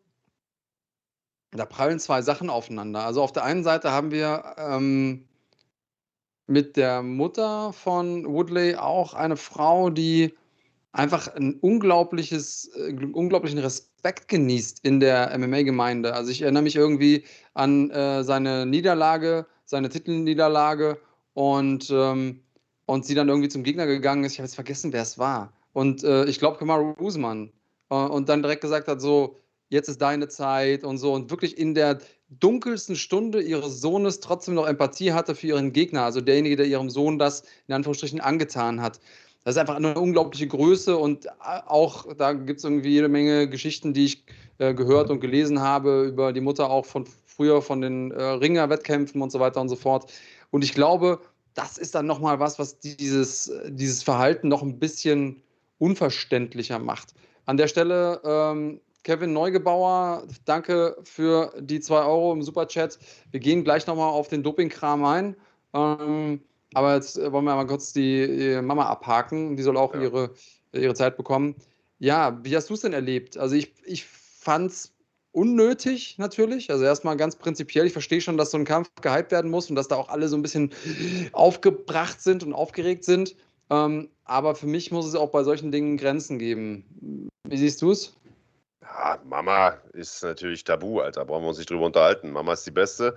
da prallen zwei Sachen aufeinander. Also auf der einen Seite haben wir ähm, mit der Mutter von Woodley auch eine Frau, die einfach ein unglaubliches, äh, unglaublichen Respekt genießt in der M M A-Gemeinde. Also ich erinnere mich irgendwie an äh, seine Niederlage, seine Titelniederlage und, ähm, und sie dann irgendwie zum Gegner gegangen ist. Ich habe jetzt vergessen, wer es war. Und äh, ich glaube, Kamaru Usman. Äh, und dann direkt gesagt hat, so, jetzt ist deine Zeit und so. Und wirklich in der dunkelsten Stunde ihres Sohnes trotzdem noch Empathie hatte für ihren Gegner. Also derjenige, der ihrem Sohn das in Anführungsstrichen angetan hat. Das ist einfach eine unglaubliche Größe und auch da gibt es irgendwie jede Menge Geschichten, die ich äh, gehört und gelesen habe über die Mutter auch von früher, von den äh, Ringer-Wettkämpfen und so weiter und so fort. Und ich glaube, das ist dann nochmal was, was dieses, dieses Verhalten noch ein bisschen unverständlicher macht. An der Stelle, ähm, Kevin Neugebauer, danke für die zwei Euro im Superchat. Wir gehen gleich nochmal auf den Dopingkram ein. Ähm, aber jetzt äh, wollen wir mal kurz die, die Mama abhaken. Die soll auch ja. ihre, ihre Zeit bekommen. Ja, wie hast du es denn erlebt? Also ich, ich fand es unnötig natürlich. Also erstmal ganz prinzipiell. Ich verstehe schon, dass so ein Kampf gehypt werden muss und dass da auch alle so ein bisschen aufgebracht sind und aufgeregt sind. Ähm, aber für mich muss es auch bei solchen Dingen Grenzen geben. Wie siehst du es? Ja, Mama ist natürlich tabu, Alter. Brauchen wir uns nicht drüber unterhalten. Mama ist die Beste.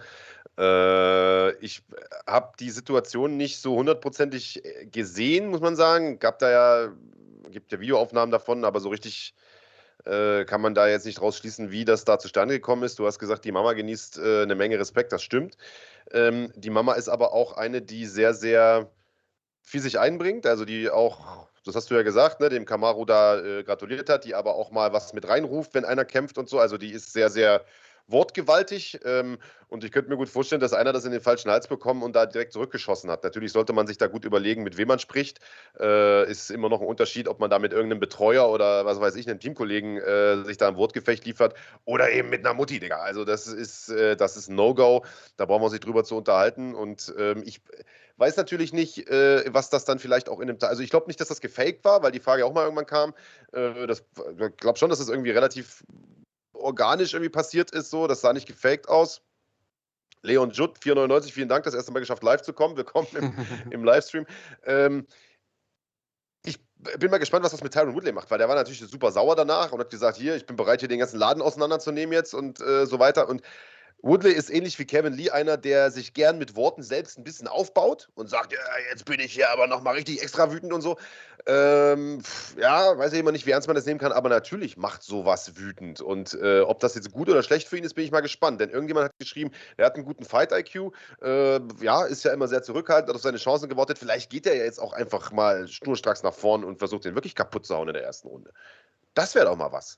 Äh, ich habe die Situation nicht so hundertprozentig äh, gesehen, muss man sagen. Gab da ja, gibt ja Videoaufnahmen davon, aber so richtig äh, kann man da jetzt nicht rausschließen, wie das da zustande gekommen ist. Du hast gesagt, die Mama genießt äh, eine Menge Respekt, das stimmt. Ähm, die Mama ist aber auch eine, die sehr, sehr viel sich einbringt, also die auch, das hast du ja gesagt, ne, dem Kamaru da äh, gratuliert hat, die aber auch mal was mit reinruft, wenn einer kämpft und so. Also die ist sehr, sehr wortgewaltig. Ähm, und ich könnte mir gut vorstellen, dass einer das in den falschen Hals bekommen und da direkt zurückgeschossen hat. Natürlich sollte man sich da gut überlegen, mit wem man spricht. Äh, ist immer noch ein Unterschied, ob man da mit irgendeinem Betreuer oder was weiß ich, einem Teamkollegen äh, sich da ein Wortgefecht liefert oder eben mit einer Mutti, Digga. Also das ist, äh, das ist ein No-Go. Da brauchen wir uns nicht drüber zu unterhalten. Und ähm, ich weiß natürlich nicht, äh, was das dann vielleicht auch in dem Teil. Also ich glaube nicht, dass das gefaked war, weil die Frage auch mal irgendwann kam. Äh, das, ich glaube schon, dass das irgendwie relativ organisch irgendwie passiert ist. So, das sah nicht gefaked aus. Leon Judd, vier neunundneunzig, vielen Dank, das erste Mal geschafft, live zu kommen. Willkommen im, im Livestream. Ähm, ich bin mal gespannt, was das mit Tyron Woodley macht, weil der war natürlich super sauer danach und hat gesagt, hier, ich bin bereit, hier den ganzen Laden auseinanderzunehmen jetzt und äh, so weiter. Und Woodley ist ähnlich wie Kevin Lee einer, der sich gern mit Worten selbst ein bisschen aufbaut und sagt, ja, jetzt bin ich hier aber nochmal richtig extra wütend und so. Ähm, pf, ja, weiß ich immer nicht, wie ernst man das nehmen kann, aber natürlich macht sowas wütend. Und äh, ob das jetzt gut oder schlecht für ihn ist, bin ich mal gespannt. Denn irgendjemand hat geschrieben, er hat einen guten Fight-I Q. Äh, ja, ist ja immer sehr zurückhaltend, hat auf seine Chancen gewartet. Vielleicht geht er ja jetzt auch einfach mal schnurstracks nach vorn und versucht, den wirklich kaputt zu hauen in der ersten Runde. Das wäre doch mal was.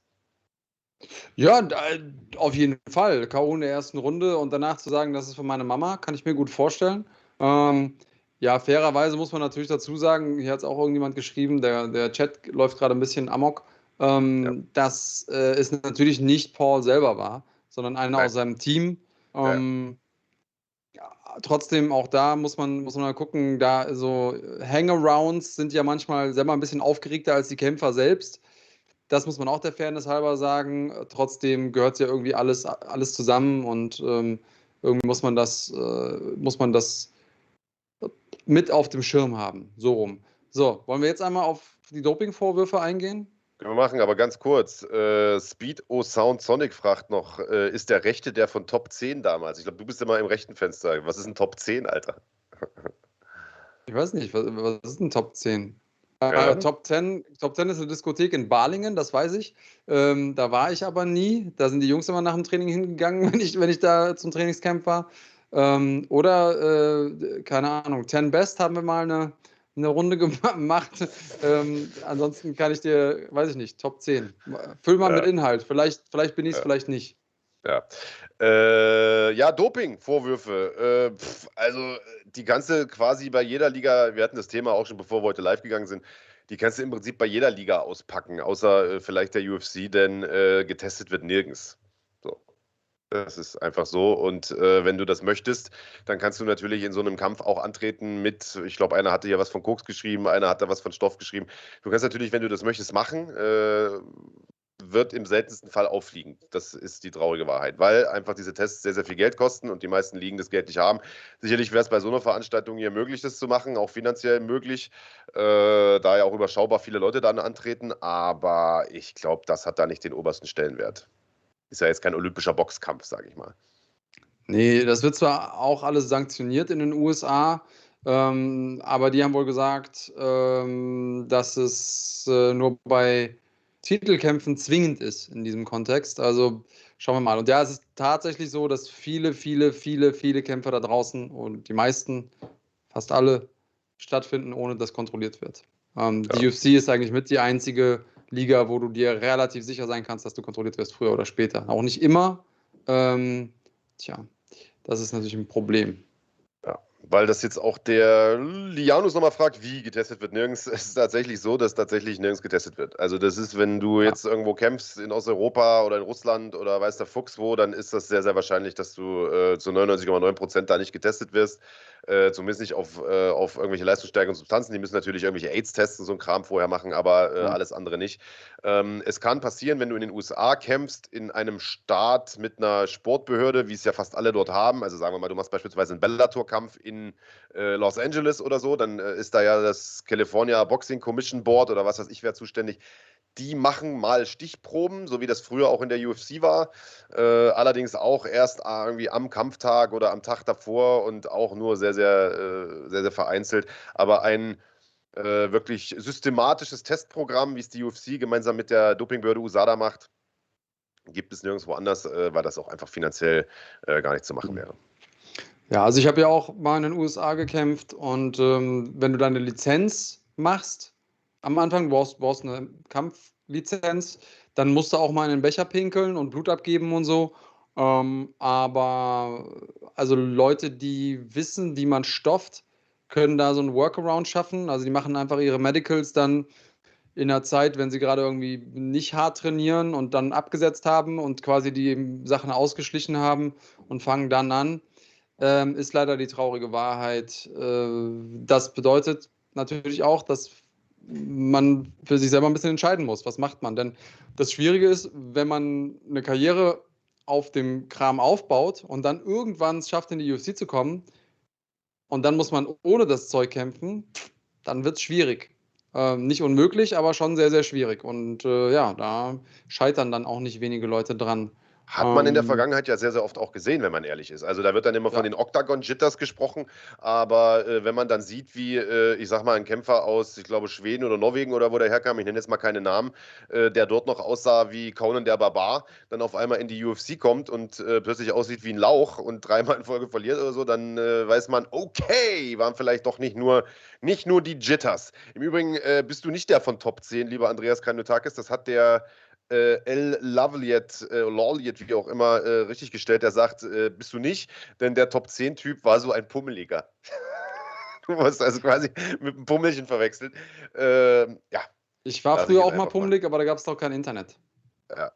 Ja, da, auf jeden Fall. K O in der ersten Runde und danach zu sagen, das ist für meine Mama, kann ich mir gut vorstellen. Ähm, ja, fairerweise muss man natürlich dazu sagen, hier hat es auch irgendjemand geschrieben, der, der Chat läuft gerade ein bisschen amok. ähm, Ja. dass äh, es natürlich nicht Paul selber war, sondern einer Nein. aus seinem Team. Ja. Ähm, ja, trotzdem, auch da muss man, muss man mal gucken, da so Hangarounds sind ja manchmal selber ein bisschen aufgeregter als die Kämpfer selbst. Das muss man auch der Fairness halber sagen. Trotzdem gehört ja irgendwie alles, alles zusammen und ähm, irgendwie muss man das, äh, muss man das mit auf dem Schirm haben. So rum. So, wollen wir jetzt einmal auf die Doping-Vorwürfe eingehen? Können wir machen, aber ganz kurz. Äh, Speed O Sound Sonic fragt noch, äh, ist der Rechte der von Top zehn damals? Ich glaube, du bist immer im rechten Fenster. Was ist ein Top zehn, Alter? Ich weiß nicht, was, was ist ein Top zehn? Äh, Ja, Top zehn, Top zehn ist eine Diskothek in Balingen, das weiß ich. Ähm, da war ich aber nie. Da sind die Jungs immer nach dem Training hingegangen, wenn ich, wenn ich da zum Trainingscamp war. Ähm, oder, äh, keine Ahnung, zehn Best haben wir mal eine, eine Runde gemacht. Ähm, ansonsten kann ich dir, weiß ich nicht, Top zehn. Füll mal mit ja, Inhalt. Vielleicht, vielleicht bin ich es, ja. vielleicht nicht. Ja, äh, ja, Doping-Vorwürfe. Äh, pf, also die kannst du quasi bei jeder Liga, wir hatten das Thema auch schon, bevor wir heute live gegangen sind, die kannst du im Prinzip bei jeder Liga auspacken, außer äh, vielleicht der U F C, denn äh, getestet wird nirgends. So. Das ist einfach so. Und äh, wenn du das möchtest, dann kannst du natürlich in so einem Kampf auch antreten mit, ich glaube, einer hatte ja was von Koks geschrieben, einer hat da was von Stoff geschrieben. Du kannst natürlich, wenn du das möchtest, machen. Äh, wird im seltensten Fall auffliegen. Das ist die traurige Wahrheit, weil einfach diese Tests sehr, sehr viel Geld kosten und die meisten Ligen das Geld nicht haben. Sicherlich wäre es bei so einer Veranstaltung hier möglich, das zu machen, auch finanziell möglich, äh, da ja auch überschaubar viele Leute dann antreten, aber ich glaube, das hat da nicht den obersten Stellenwert. Ist ja jetzt kein olympischer Boxkampf, sage ich mal. Nee, das wird zwar auch alles sanktioniert in den U S A, ähm, aber die haben wohl gesagt, ähm, dass es äh, nur bei Titelkämpfen zwingend ist in diesem Kontext. Also schauen wir mal. Und ja, es ist tatsächlich so, dass viele, viele, viele, viele Kämpfer da draußen und die meisten, fast alle, stattfinden, ohne dass kontrolliert wird. Ähm, die Ja. U F C ist eigentlich mit die einzige Liga, wo du dir relativ sicher sein kannst, dass du kontrolliert wirst, früher oder später. Auch nicht immer. Ähm, tja. Das ist natürlich ein Problem. Ja, weil das jetzt auch der Lianus nochmal fragt, wie getestet wird nirgends. Es ist tatsächlich so, dass tatsächlich nirgends getestet wird. Also das ist, wenn du Ja. jetzt irgendwo kämpfst in Osteuropa oder in Russland oder weiß der Fuchs wo, dann ist das sehr, sehr wahrscheinlich, dass du äh, zu neunundneunzig Komma neun Prozent da nicht getestet wirst. Äh, zumindest nicht auf, äh, auf irgendwelche leistungssteigernden Substanzen. Die müssen natürlich irgendwelche AIDS-Tests und so ein Kram vorher machen, aber äh, Ja. alles andere nicht. Ähm, es kann passieren, wenn du in den U S A kämpfst, in einem Staat mit einer Sportbehörde, wie es ja fast alle dort haben. Also sagen wir mal, du machst beispielsweise einen Bellator-Kampf in äh, Los Angeles oder so, dann äh, ist da ja das California Boxing Commission Board oder was weiß ich, wer zuständig. Die machen mal Stichproben, so wie das früher auch in der U F C war. Äh, allerdings auch erst irgendwie am Kampftag oder am Tag davor und auch nur sehr, sehr, äh, sehr, sehr vereinzelt. Aber ein äh, wirklich systematisches Testprogramm, wie es die U F C gemeinsam mit der Dopingbehörde U S A D A macht, gibt es nirgendwo anders, äh, weil das auch einfach finanziell äh, gar nicht zu machen wäre. Ja, also ich habe ja auch mal in den U S A gekämpft und ähm, wenn du deine Lizenz machst, am Anfang brauchst du eine Kampflizenz, dann musst du auch mal in den Becher pinkeln und Blut abgeben und so. Ähm, aber also Leute, die wissen, wie man stofft, können da so einen Workaround schaffen. Also die machen einfach ihre Medicals dann in der Zeit, wenn sie gerade irgendwie nicht hart trainieren und dann abgesetzt haben und quasi die Sachen ausgeschlichen haben und fangen dann an, ähm, ist leider die traurige Wahrheit. Äh, das bedeutet natürlich auch, dass man für sich selber ein bisschen entscheiden muss, was macht man. Denn das Schwierige ist, wenn man eine Karriere auf dem Kram aufbaut und dann irgendwann es schafft, in die U F C zu kommen und dann muss man ohne das Zeug kämpfen, dann wird es schwierig. Ähm, nicht unmöglich, aber schon sehr, sehr schwierig. Und äh, ja, da scheitern dann auch nicht wenige Leute dran. Hat man in der Ähm, Vergangenheit ja sehr, sehr oft auch gesehen, wenn man ehrlich ist. Also da wird dann immer von ja, den Octagon-Jitters gesprochen, aber äh, wenn man dann sieht, wie, äh, ich sag mal, ein Kämpfer aus, ich glaube, Schweden oder Norwegen oder wo der herkam, ich nenne jetzt mal keine Namen, äh, der dort noch aussah wie Conan der Barbar, dann auf einmal in die U F C kommt und äh, plötzlich aussieht wie ein Lauch und dreimal in Folge verliert oder so, dann äh, weiß man, okay, waren vielleicht doch nicht nur, nicht nur die Jitters. Im Übrigen äh, bist du nicht der von Top zehn, lieber Andreas Kanyotakis, das hat der äh, El Lavliet, äh, Lawliet, wie auch immer, äh, richtig gestellt. Der sagt, äh, bist du nicht, denn der Top zehn-Typ war so ein Pummeliger. Du wirst also quasi mit einem Pummelchen verwechselt. Ähm, ja, Ich war Lass ich früher jetzt auch mal einfach mal. pummelig, aber da gab es doch kein Internet. Ja.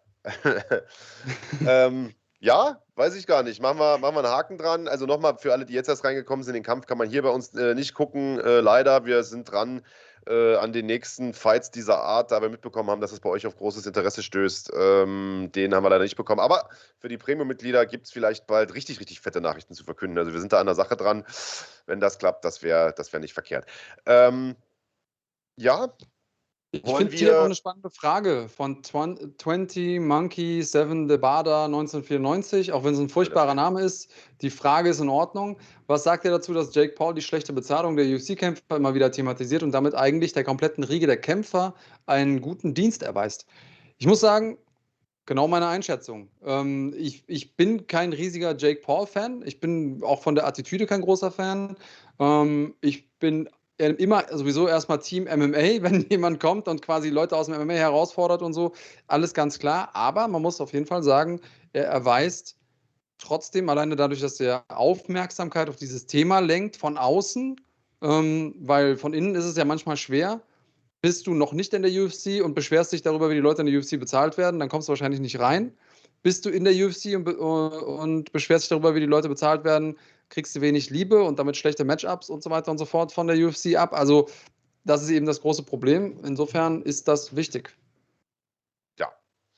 ähm, ja, weiß ich gar nicht. Machen wir, machen wir einen Haken dran. Also nochmal für alle, die jetzt erst reingekommen sind, den Kampf kann man hier bei uns äh, nicht gucken. Äh, leider, wir sind dran äh, an den nächsten Fights dieser Art, da wir mitbekommen haben, dass es bei euch auf großes Interesse stößt. Ähm, den haben wir leider nicht bekommen. Aber für die Premium-Mitglieder gibt es vielleicht bald richtig, richtig fette Nachrichten zu verkünden. Also wir sind da an der Sache dran. Wenn das klappt, das wäre das wär nicht verkehrt. Ähm, ja, Ich wollen finde hier noch wir. eine spannende Frage von zwanzig Monkey Seven Debada neunzehnhundertvierundneunzig, auch wenn es ein furchtbarer Name ist. Die Frage ist in Ordnung. Was sagt ihr dazu, dass Jake Paul die schlechte Bezahlung der U F C-Kämpfer immer wieder thematisiert und damit eigentlich der kompletten Riege der Kämpfer einen guten Dienst erweist? Ich muss sagen, genau meine Einschätzung. Ähm, ich, ich bin kein riesiger Jake Paul-Fan. Ich bin auch von der Attitüde kein großer Fan. Ähm, ich bin immer sowieso erstmal Team M M A, wenn jemand kommt und quasi Leute aus dem M M A herausfordert und so. Alles ganz klar. Aber man muss auf jeden Fall sagen, er erweist trotzdem, alleine dadurch, dass er Aufmerksamkeit auf dieses Thema lenkt von außen, ähm, weil von innen ist es ja manchmal schwer. Bist du noch nicht in der U F C und beschwerst dich darüber, wie die Leute in der U F C bezahlt werden, dann kommst du wahrscheinlich nicht rein. Bist du in der U F C und, be und beschwerst dich darüber, wie die Leute bezahlt werden, kriegst du wenig Liebe und damit schlechte Matchups und so weiter und so fort von der U F C ab. Also das ist eben das große Problem. Insofern ist das wichtig. Ja.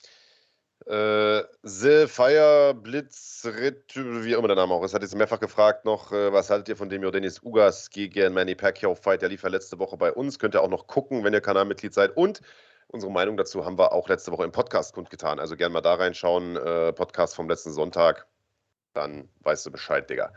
Äh, The Fire Blitz, wie immer der Name auch ist, hat jetzt mehrfach gefragt noch, äh, was haltet ihr von dem Dennis Ugas gegen Manny Pacquiao Fight? Der lief ja letzte Woche bei uns. Könnt ihr auch noch gucken, wenn ihr Kanalmitglied seid. Und unsere Meinung dazu haben wir auch letzte Woche im Podcast kundgetan. Also gerne mal da reinschauen. Äh, Podcast vom letzten Sonntag. Dann weißt du Bescheid, Digga.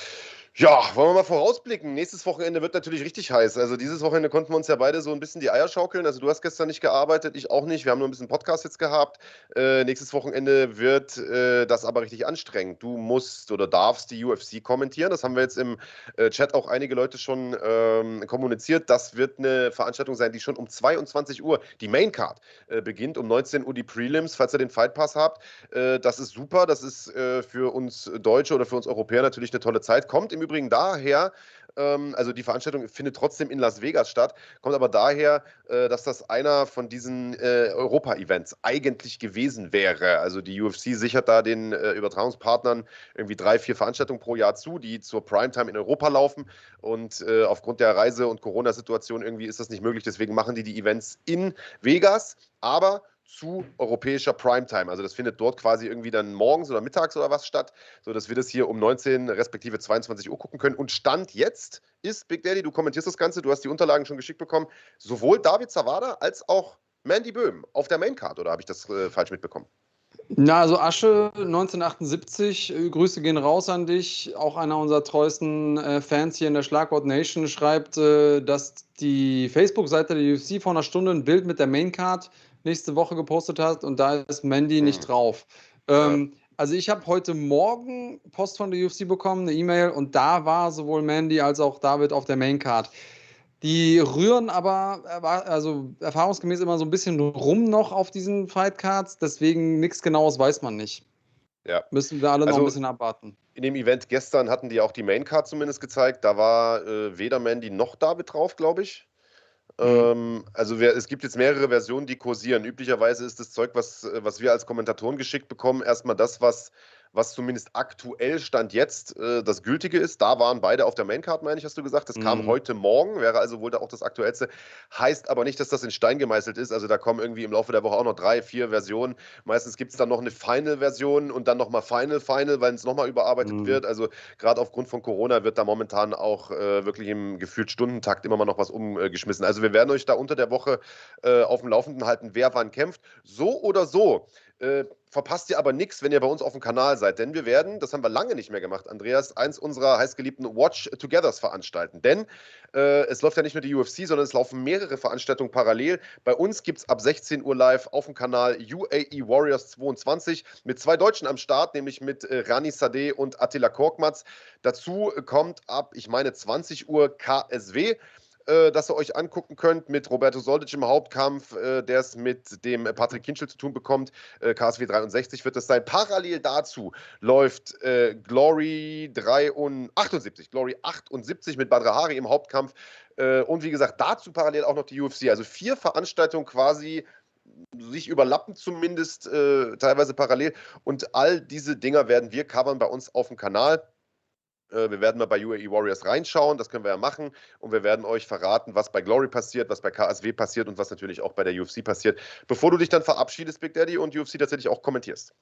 Ja, wollen wir mal vorausblicken. Nächstes Wochenende wird natürlich richtig heiß. Also dieses Wochenende konnten wir uns ja beide so ein bisschen die Eier schaukeln. Also du hast gestern nicht gearbeitet, ich auch nicht. Wir haben nur ein bisschen Podcast jetzt gehabt. Äh, nächstes Wochenende wird äh, das aber richtig anstrengend. Du musst oder darfst die U F C kommentieren. Das haben wir jetzt im äh, Chat auch einige Leute schon ähm, kommuniziert. Das wird eine Veranstaltung sein, die schon um zweiundzwanzig Uhr, die Maincard, äh, beginnt. Um neunzehn Uhr die Prelims, falls ihr den Fight Pass habt. Äh, das ist super. Das ist äh, für uns Deutsche oder für uns Europäer natürlich eine tolle Zeit. Kommt im Übrigen daher, ähm, also die Veranstaltung findet trotzdem in Las Vegas statt, kommt aber daher, äh, dass das einer von diesen äh, Europa-Events eigentlich gewesen wäre. Also die U F C sichert da den äh, Übertragungspartnern irgendwie drei, vier Veranstaltungen pro Jahr zu, die zur Primetime in Europa laufen. Und äh, aufgrund der Reise- und Corona-Situation irgendwie ist das nicht möglich. Deswegen machen die die Events in Vegas, aber zu europäischer Primetime. Also das findet dort quasi irgendwie dann morgens oder mittags oder was statt, sodass wir das hier um neunzehn respektive zweiundzwanzig Uhr gucken können. Und Stand jetzt ist, Big Daddy, du kommentierst das Ganze, du hast die Unterlagen schon geschickt bekommen, sowohl David Zawada als auch Mandy Böhm auf der Maincard, oder habe ich das äh, falsch mitbekommen? Na, also Asche neunzehnhundertachtundsiebzig, äh, Grüße gehen raus an dich. Auch einer unserer treuesten äh, Fans hier in der Schlagwort Nation schreibt, äh, dass die Facebook-Seite der U F C vor einer Stunde ein Bild mit der Maincard nächste Woche gepostet hat und da ist Mandy nicht Hm. drauf. Ja. Ähm, also ich habe heute Morgen Post von der U F C bekommen, eine E-Mail, und da war sowohl Mandy als auch David auf der Maincard. Die rühren aber, also erfahrungsgemäß immer so ein bisschen rum noch auf diesen Fightcards, deswegen nichts Genaues weiß man nicht. Ja. Müssen wir alle noch ein Also bisschen abwarten. in dem Event gestern hatten die auch die Maincard zumindest gezeigt. Da war äh, weder Mandy noch David drauf, glaube ich. Mhm. Ähm, also wir, es gibt jetzt mehrere Versionen, die kursieren. Üblicherweise ist das Zeug, was, äh, was wir als Kommentatoren geschickt bekommen, erstmal das, was, was zumindest aktuell Stand jetzt äh, das Gültige ist. Da waren beide auf der Maincard, meine ich, hast du gesagt. Das kam Mhm. heute Morgen, wäre also wohl da auch das Aktuellste. Heißt aber nicht, dass das in Stein gemeißelt ist. Also da kommen irgendwie im Laufe der Woche auch noch drei, vier Versionen. Meistens gibt es dann noch eine Final-Version und dann nochmal Final, Final, weil es nochmal überarbeitet Mhm. wird. Also gerade aufgrund von Corona wird da momentan auch äh, wirklich im gefühlt Stundentakt immer mal noch was umgeschmissen. Also wir werden euch da unter der Woche äh, auf dem Laufenden halten, wer wann kämpft. So oder so. Äh, verpasst ihr aber nichts, wenn ihr bei uns auf dem Kanal seid. Denn wir werden, das haben wir lange nicht mehr gemacht, Andreas, eins unserer heißgeliebten Watch-Togethers veranstalten. Denn äh, es läuft ja nicht nur die U F C, sondern es laufen mehrere Veranstaltungen parallel. Bei uns gibt es ab sechzehn Uhr live auf dem Kanal U A E Warriors zweiundzwanzig mit zwei Deutschen am Start, nämlich mit äh, Rani Sadeh und Attila Korkmaz. Dazu kommt ab, ich meine, zwanzig Uhr K S W, äh, das ihr euch angucken könnt, mit Roberto Soldic im Hauptkampf, äh, der es mit dem Patrick Kinschel zu tun bekommt. Äh, K S W dreiundsechzig wird es sein. Parallel dazu läuft äh, Glory achtundsiebzig, Glory achtundsiebzig mit Badr Hari im Hauptkampf Äh, und wie gesagt, dazu parallel auch noch die U F C. Also vier Veranstaltungen quasi sich überlappen zumindest, äh, teilweise parallel. Und all diese Dinger werden wir covern bei uns auf dem Kanal. Äh, wir werden mal bei U A E Warriors reinschauen, das können wir ja machen. Und wir werden euch verraten, was bei Glory passiert, was bei K S W passiert und was natürlich auch bei der U F C passiert, bevor du dich dann verabschiedest, Big Daddy, und U F C tatsächlich auch kommentierst.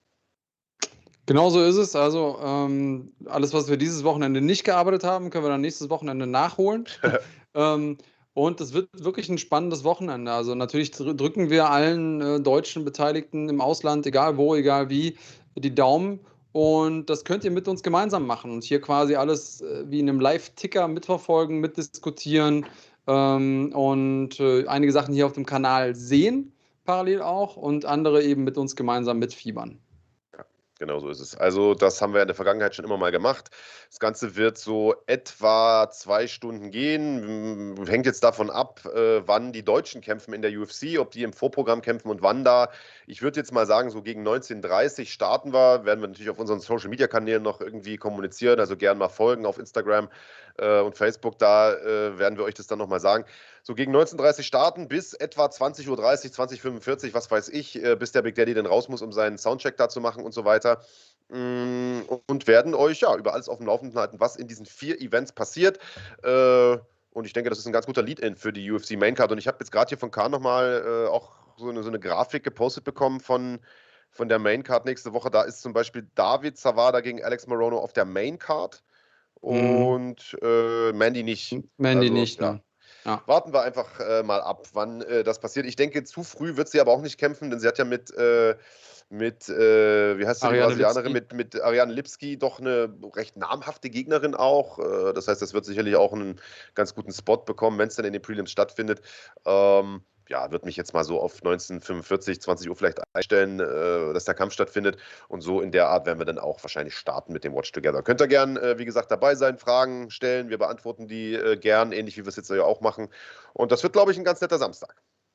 Genau so ist es. Also ähm, alles, was wir dieses Wochenende nicht gearbeitet haben, können wir dann nächstes Wochenende nachholen. ähm, und es wird wirklich ein spannendes Wochenende. Also natürlich dr- drücken wir allen äh, deutschen Beteiligten im Ausland, egal wo, egal wie, die Daumen. Und das könnt ihr mit uns gemeinsam machen und hier quasi alles äh, wie in einem Live-Ticker mitverfolgen, mitdiskutieren ähm, und äh, einige Sachen hier auf dem Kanal sehen, parallel auch, und andere eben mit uns gemeinsam mitfiebern. Genau so ist es. Also das haben wir in der Vergangenheit schon immer mal gemacht. Das Ganze wird so etwa zwei Stunden gehen. M- Hängt jetzt davon ab, äh, wann die Deutschen kämpfen in der U F C, ob die im Vorprogramm kämpfen und wann da. Ich würde jetzt mal sagen, so gegen neunzehn Uhr dreißig starten wir. Werden wir natürlich auf unseren Social-Media-Kanälen noch irgendwie kommunizieren. Also gern mal folgen auf Instagram äh, und Facebook. Da äh, werden wir euch das dann nochmal sagen. So gegen neunzehn Uhr dreißig starten bis etwa zwanzig Uhr dreißig, zwanzig Uhr fünfundvierzig, was weiß ich, äh, bis der Big Daddy dann raus muss, um seinen Soundcheck da zu machen und so weiter. Mm, Und werden euch ja über alles auf dem Laufenden halten, was in diesen vier Events passiert. Äh, und ich denke, das ist ein ganz guter Lead-In für die U F C Maincard. Und ich habe jetzt gerade hier von Kahn nochmal äh, auch so eine, so eine Grafik gepostet bekommen von, von der Maincard nächste Woche. Da ist zum Beispiel David Zawada gegen Alex Morono auf der Maincard Mhm. und äh, Mandy nicht. Mandy Also nicht, ja, ne? Ja. warten wir einfach äh, mal ab, wann äh, das passiert. Ich denke, zu früh wird sie aber auch nicht kämpfen, denn sie hat ja mit, äh, mit äh, wie heißt sie, die Ariane Brasilianerin, Lipski. mit, mit Ariane Lipski doch eine recht namhafte Gegnerin auch. Äh, das heißt, das wird sicherlich auch einen ganz guten Spot bekommen, wenn es dann in den Prelims stattfindet. Ähm, ja, würde mich jetzt mal so auf neunzehn Uhr fünfundvierzig, zwanzig Uhr vielleicht einstellen, äh, dass der Kampf stattfindet. Und so in der Art werden wir dann auch wahrscheinlich starten mit dem Watch Together. Könnt ihr gern, äh, wie gesagt, dabei sein, Fragen stellen. Wir beantworten die äh, gern, ähnlich wie wir es jetzt ja auch machen. Und das wird, glaube ich, ein ganz netter Samstag.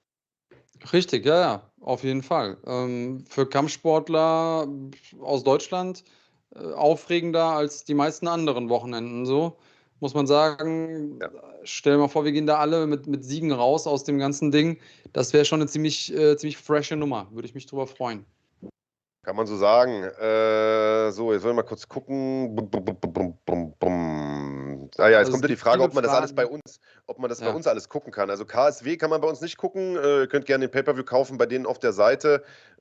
Richtig, ja, ja, auf jeden Fall. Ähm, für Kampfsportler aus Deutschland äh, aufregender als die meisten anderen Wochenenden so, muss man sagen. Ja, Stell dir mal vor, wir gehen da alle mit, mit Siegen raus aus dem ganzen Ding. Das wäre schon eine ziemlich, äh, ziemlich frische Nummer. Würde ich mich drüber freuen. kann man so sagen. Äh, so, jetzt wollen wir mal kurz gucken. Bum, bum, bum, bum, bum, bum. Ah ja, jetzt Also kommt es ja die gibt Frage, viele ob man das alles bei Fragen. uns, ob man das bei Ja. uns alles gucken kann. Also K S W kann man bei uns nicht gucken. Äh, ihr könnt gerne den Pay-Per-View kaufen bei denen auf der Seite.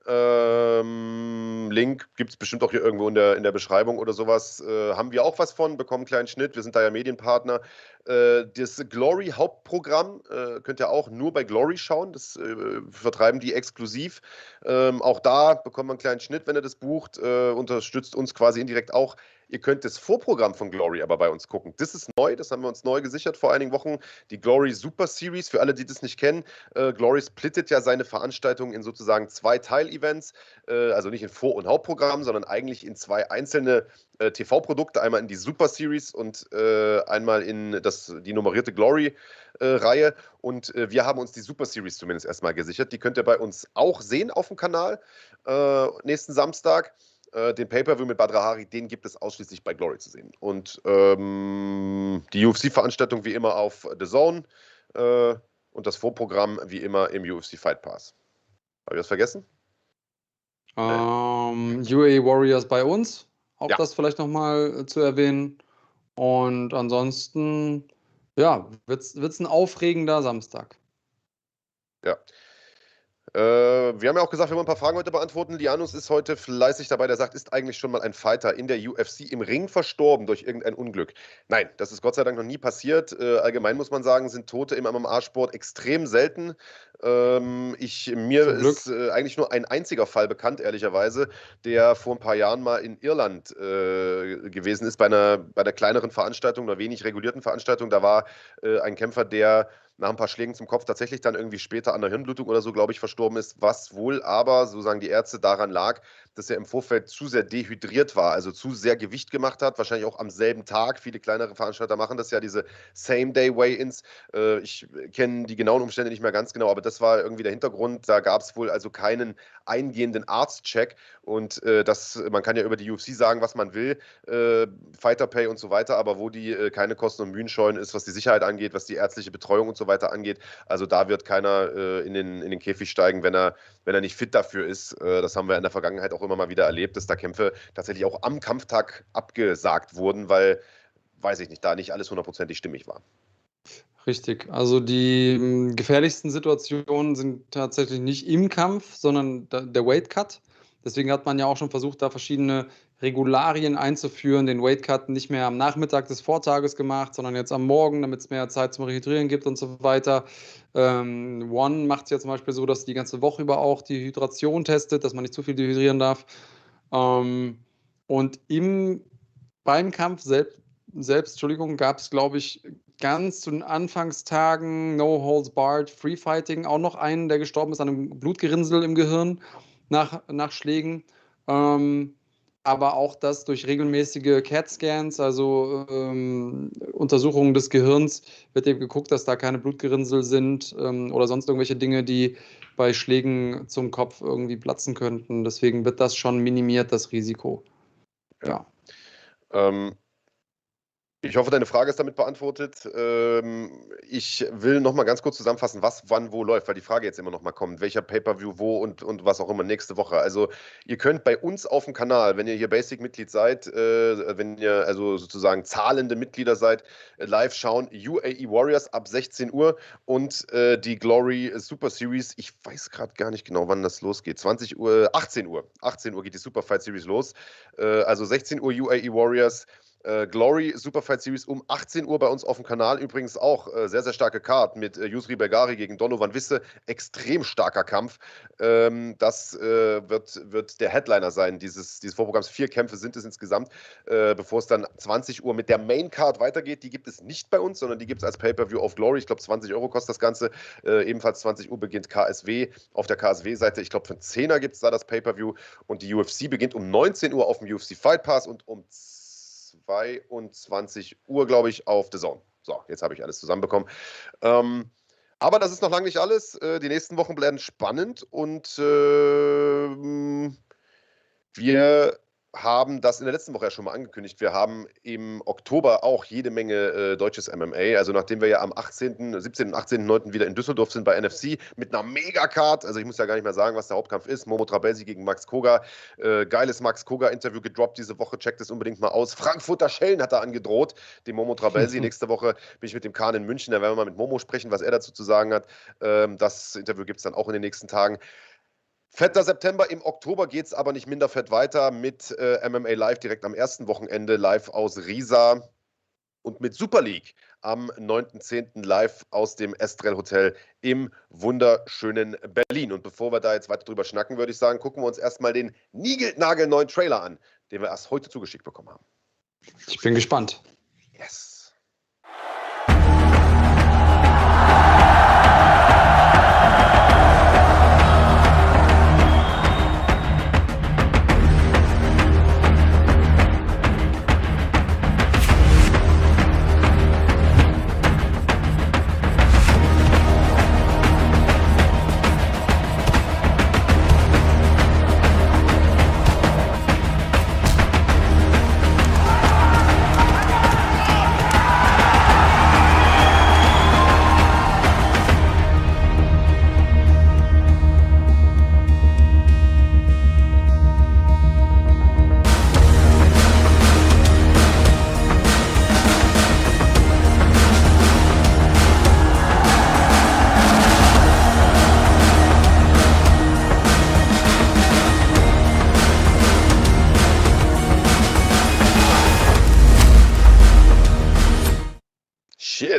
Ähm, Link gibt es bestimmt auch hier irgendwo in der, in der Beschreibung oder sowas. Äh, haben wir auch was von, bekommen einen kleinen Schnitt. Wir sind da ja Medienpartner. Äh, das Glory-Hauptprogramm äh, könnt ihr auch nur bei Glory schauen. Das äh, vertreiben die exklusiv. Ähm, auch da bekommt man einen kleinen Schnitt, wenn ihr das bucht. Äh, unterstützt uns quasi indirekt auch. Ihr könnt das Vorprogramm von Glory aber bei uns gucken. Das ist neu, das haben wir uns neu gesichert vor einigen Wochen. Die Glory Super Series, für alle, die das nicht kennen. Äh, Glory splittet ja seine Veranstaltungen in sozusagen zwei Teilevents. Äh, also nicht in Vor- und Hauptprogramm, sondern eigentlich in zwei einzelne äh, T V-Produkte. Einmal in die Super Series und äh, einmal in das, die nummerierte Glory-Reihe. Äh, und äh, wir haben uns die Super Series zumindest erstmal gesichert. Die könnt ihr bei uns auch sehen auf dem Kanal äh, nächsten Samstag. Äh, den Pay-Per-View mit Badr Hari, den gibt es ausschließlich bei Glory zu sehen. Und ähm, die U F C-Veranstaltung wie immer auf The Zone äh, und das Vorprogramm wie immer im U F C Fight Pass. Habe ich was vergessen? Nee. Ähm, U A E Warriors bei uns, auch Ja, das vielleicht nochmal äh, zu erwähnen. Und ansonsten, ja, wird es ein aufregender Samstag. ja. Äh, wir haben ja auch gesagt, wir wollen ein paar Fragen heute beantworten. Lianus ist heute fleißig dabei, der sagt, ist eigentlich schon mal ein Fighter in der U F C im Ring verstorben durch irgendein Unglück? Nein, das ist Gott sei Dank noch nie passiert. Äh, allgemein muss man sagen, sind Tote im M M A-Sport extrem selten. Ähm, ich, mir Zum Glück. ist äh, eigentlich nur ein einziger Fall bekannt, ehrlicherweise, der vor ein paar Jahren mal in Irland äh, gewesen ist, bei einer, bei einer kleineren Veranstaltung, einer wenig regulierten Veranstaltung. Da war äh, ein Kämpfer, der nach ein paar Schlägen zum Kopf tatsächlich dann irgendwie später an der Hirnblutung oder so, glaube ich, verstorben ist, was wohl aber, so sagen die Ärzte, daran lag, dass er im Vorfeld zu sehr dehydriert war, also zu sehr Gewicht gemacht hat, wahrscheinlich auch am selben Tag. Viele kleinere Veranstalter machen das ja, diese Same-Day-Weigh-Ins. Äh, ich kenne die genauen Umstände nicht mehr ganz genau, aber das war irgendwie der Hintergrund. Da gab es wohl also keinen eingehenden Arztcheck und äh, das, man kann ja über die U F C sagen, was man will, äh, Fighter Pay und so weiter, aber wo die äh, keine Kosten und Mühen scheuen ist, was die Sicherheit angeht, was die ärztliche Betreuung und so weiter angeht. Also da wird keiner äh, in, den, in den Käfig steigen, wenn er, wenn er nicht fit dafür ist. Äh, das haben wir in der Vergangenheit auch immer mal wieder erlebt, dass da Kämpfe tatsächlich auch am Kampftag abgesagt wurden, weil, weiß ich nicht, da nicht alles hundertprozentig stimmig war. Richtig. Also die mh, gefährlichsten Situationen sind tatsächlich nicht im Kampf, sondern da, der Weight Cut. Deswegen hat man ja auch schon versucht, da verschiedene Regularien einzuführen, den Weight Cut nicht mehr am Nachmittag des Vortages gemacht, sondern jetzt am Morgen, damit es mehr Zeit zum Rehydrieren gibt und so weiter. Ähm, One macht es ja zum Beispiel so, dass die ganze Woche über auch die Hydration testet, dass man nicht zu viel dehydrieren darf. Ähm, und im, beim Kampf selbst, selbst Entschuldigung, gab es, glaube ich, ganz zu den Anfangstagen No Holds Barred Free Fighting auch noch einen, der gestorben ist an einem Blutgerinnsel im Gehirn nach, nach Schlägen. Ähm, aber auch das durch regelmäßige C A T-Scans, also ähm, Untersuchungen des Gehirns, wird eben geguckt, dass da keine Blutgerinnsel sind ähm, oder sonst irgendwelche Dinge, die bei Schlägen zum Kopf irgendwie platzen könnten. Deswegen wird das schon minimiert, das Risiko. Ja. ja. Ähm. Ich hoffe, deine Frage ist damit beantwortet. Ich will noch mal ganz kurz zusammenfassen, was wann wo läuft, weil die Frage jetzt immer noch mal kommt, welcher Pay-Per-View wo und, und was auch immer nächste Woche. Also ihr könnt bei uns auf dem Kanal, wenn ihr hier Basic-Mitglied seid, wenn ihr also sozusagen zahlende Mitglieder seid, live schauen, U A E Warriors ab sechzehn Uhr und die Glory Super Series. Ich weiß gerade gar nicht genau, wann das losgeht. zwanzig Uhr, achtzehn Uhr. achtzehn Uhr geht die Super Fight Series los. Also sechzehn Uhr U A E Warriors. Uh, Glory Superfight Series um achtzehn Uhr bei uns auf dem Kanal. Übrigens auch uh, sehr, sehr starke Card mit uh, Yusri Belgari gegen Donovan Wisse. Extrem starker Kampf. Ähm, das uh, wird, wird der Headliner sein dieses, dieses Vorprogramms. Vier Kämpfe sind es insgesamt, uh, bevor es dann zwanzig Uhr mit der Main Card weitergeht. Die gibt es nicht bei uns, sondern die gibt es als Pay-Per-View auf Glory. Ich glaube, zwanzig Euro kostet das Ganze. Uh, ebenfalls zwanzig Uhr beginnt K S W auf der K S W-Seite. Ich glaube, für einen Zehner gibt es da das Pay-Per-View. Und die U F C beginnt um neunzehn Uhr auf dem U F C Fight Pass und um zweiundzwanzig Uhr, glaube ich, auf The Zone. So, jetzt habe ich alles zusammenbekommen. Ähm, aber das ist noch lange nicht alles. Äh, die nächsten Wochen werden spannend und äh, wir haben das in der letzten Woche ja schon mal angekündigt. Wir haben im Oktober auch jede Menge äh, deutsches M M A. Also nachdem wir ja am achtzehnten, siebzehnten, achtzehnten, neunten wieder in Düsseldorf sind bei N F C mit einer Megacard. Also ich muss ja gar nicht mehr sagen, was der Hauptkampf ist. Momo Trabelsi gegen Max Koga. Äh, geiles Max Koga-Interview gedroppt diese Woche. Checkt es unbedingt mal aus. Frankfurter Schellen hat er angedroht, dem Momo Trabelsi. Nächste Woche bin ich mit dem Kahn in München. Da werden wir mal mit Momo sprechen, was er dazu zu sagen hat. Ähm, das Interview gibt es dann auch in den nächsten Tagen. Fetter September, im Oktober geht es aber nicht minder fett weiter mit äh, M M A Live direkt am ersten Wochenende, live aus Riesa und mit Super League am neunten zehnten live aus dem Estrell Hotel im wunderschönen Berlin. Und bevor wir da jetzt weiter drüber schnacken, würde ich sagen, gucken wir uns erstmal den niegelnagelneuen Trailer an, den wir erst heute zugeschickt bekommen haben. Ich bin gespannt. Yes.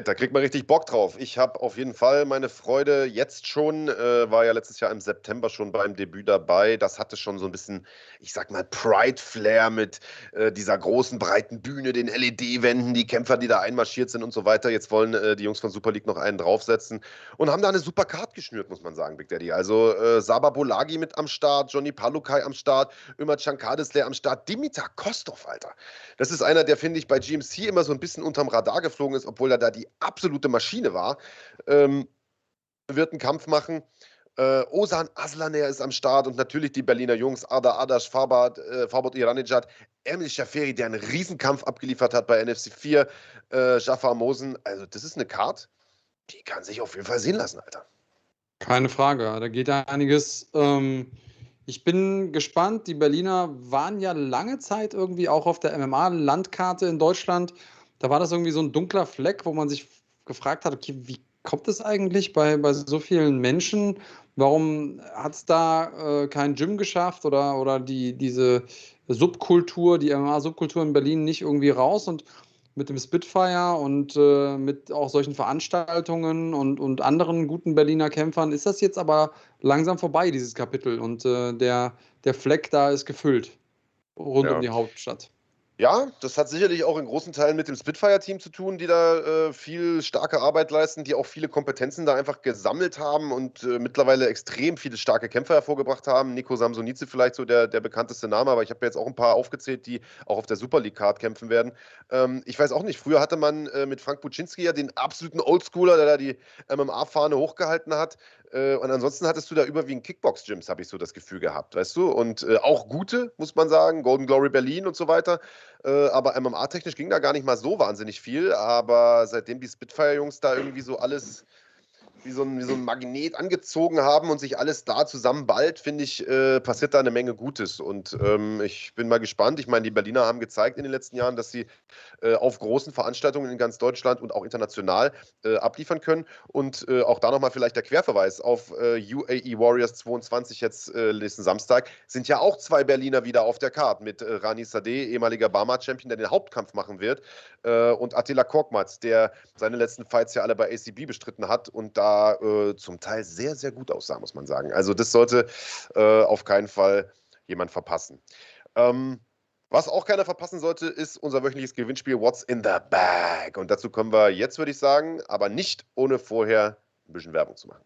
Da kriegt man richtig Bock drauf. Ich habe auf jeden Fall meine Freude jetzt schon, äh, war ja letztes Jahr im September schon beim Debüt dabei. Das hatte schon so ein bisschen, ich sag mal, Pride-Flair mit äh, dieser großen, breiten Bühne, den L E D-Wänden, die Kämpfer, die da einmarschiert sind und so weiter. Jetzt wollen äh, die Jungs von Super League noch einen draufsetzen und haben da eine super Card geschnürt, muss man sagen, Big Daddy. Also äh, Saba Bolagi mit am Start, Johnny Palukai am Start, Ömer Cankadesle am Start, Dimitar Kostov, Alter. Das ist einer, der, finde ich, bei G M C immer so ein bisschen unterm Radar geflogen ist, obwohl er da die absolute Maschine war. Ähm, wird einen Kampf machen. Äh, Ozan Aslaner ist am Start und natürlich die Berliner Jungs, Arda Adaş, Farbad, äh, Farbod Iranijad, Emil Shaferi, der einen Riesenkampf abgeliefert hat bei N F C vier, äh, Jafar Mosen. Also das ist eine Card, die kann sich auf jeden Fall sehen lassen, Alter. Keine Frage, da geht ja einiges. Ähm, ich bin gespannt. Die Berliner waren ja lange Zeit irgendwie auch auf der M M A-Landkarte in Deutschland. Da war das irgendwie so ein dunkler Fleck, wo man sich gefragt hat, okay, wie kommt es eigentlich bei, bei so vielen Menschen? Warum hat es da äh, kein Gym geschafft oder, oder die, diese Subkultur, die M M A-Subkultur in Berlin nicht irgendwie raus? Und mit dem Spitfire und äh, mit auch solchen Veranstaltungen und, und anderen guten Berliner Kämpfern ist das jetzt aber langsam vorbei, dieses Kapitel. Und äh, der, der Fleck da ist gefüllt rund um Ja. die Hauptstadt. Ja, das hat sicherlich auch in großen Teilen mit dem Spitfire-Team zu tun, die da äh, viel starke Arbeit leisten, die auch viele Kompetenzen da einfach gesammelt haben und äh, mittlerweile extrem viele starke Kämpfer hervorgebracht haben. Nico Samsonice vielleicht so der, der bekannteste Name, aber ich habe jetzt auch ein paar aufgezählt, die auch auf der Super League-Card kämpfen werden. Ähm, ich weiß auch nicht, früher hatte man äh, mit Frank Buczynski ja den absoluten Oldschooler, der da die M M A-Fahne hochgehalten hat. Äh, und ansonsten hattest du da überwiegend Kickbox-Gyms, habe ich so das Gefühl gehabt, weißt du? Und äh, auch gute, muss man sagen, Golden Glory Berlin und so weiter. Äh, aber M M A-technisch ging da gar nicht mal so wahnsinnig viel. Aber seitdem die Spitfire-Jungs da irgendwie so alles wie so, ein, wie so ein Magnet angezogen haben und sich alles da zusammenballt, finde ich, äh, passiert da eine Menge Gutes. Und ähm, ich bin mal gespannt. Ich meine, die Berliner haben gezeigt in den letzten Jahren, dass sie äh, auf großen Veranstaltungen in ganz Deutschland und auch international äh, abliefern können. Und äh, auch da nochmal vielleicht der Querverweis auf äh, U A E Warriors zweiundzwanzig jetzt äh, nächsten Samstag. Sind ja auch zwei Berliner wieder auf der Karte mit äh, Rani Sadeh, ehemaliger Barma-Champion, der den Hauptkampf machen wird, äh, und Attila Korkmaz, der seine letzten Fights ja alle bei A C B bestritten hat und da Äh, zum Teil sehr, sehr gut aussah, muss man sagen. Also das sollte äh, auf keinen Fall jemand verpassen. Ähm, was auch keiner verpassen sollte, ist unser wöchentliches Gewinnspiel What's in the Bag. Und dazu kommen wir jetzt, würde ich sagen, aber nicht ohne vorher ein bisschen Werbung zu machen.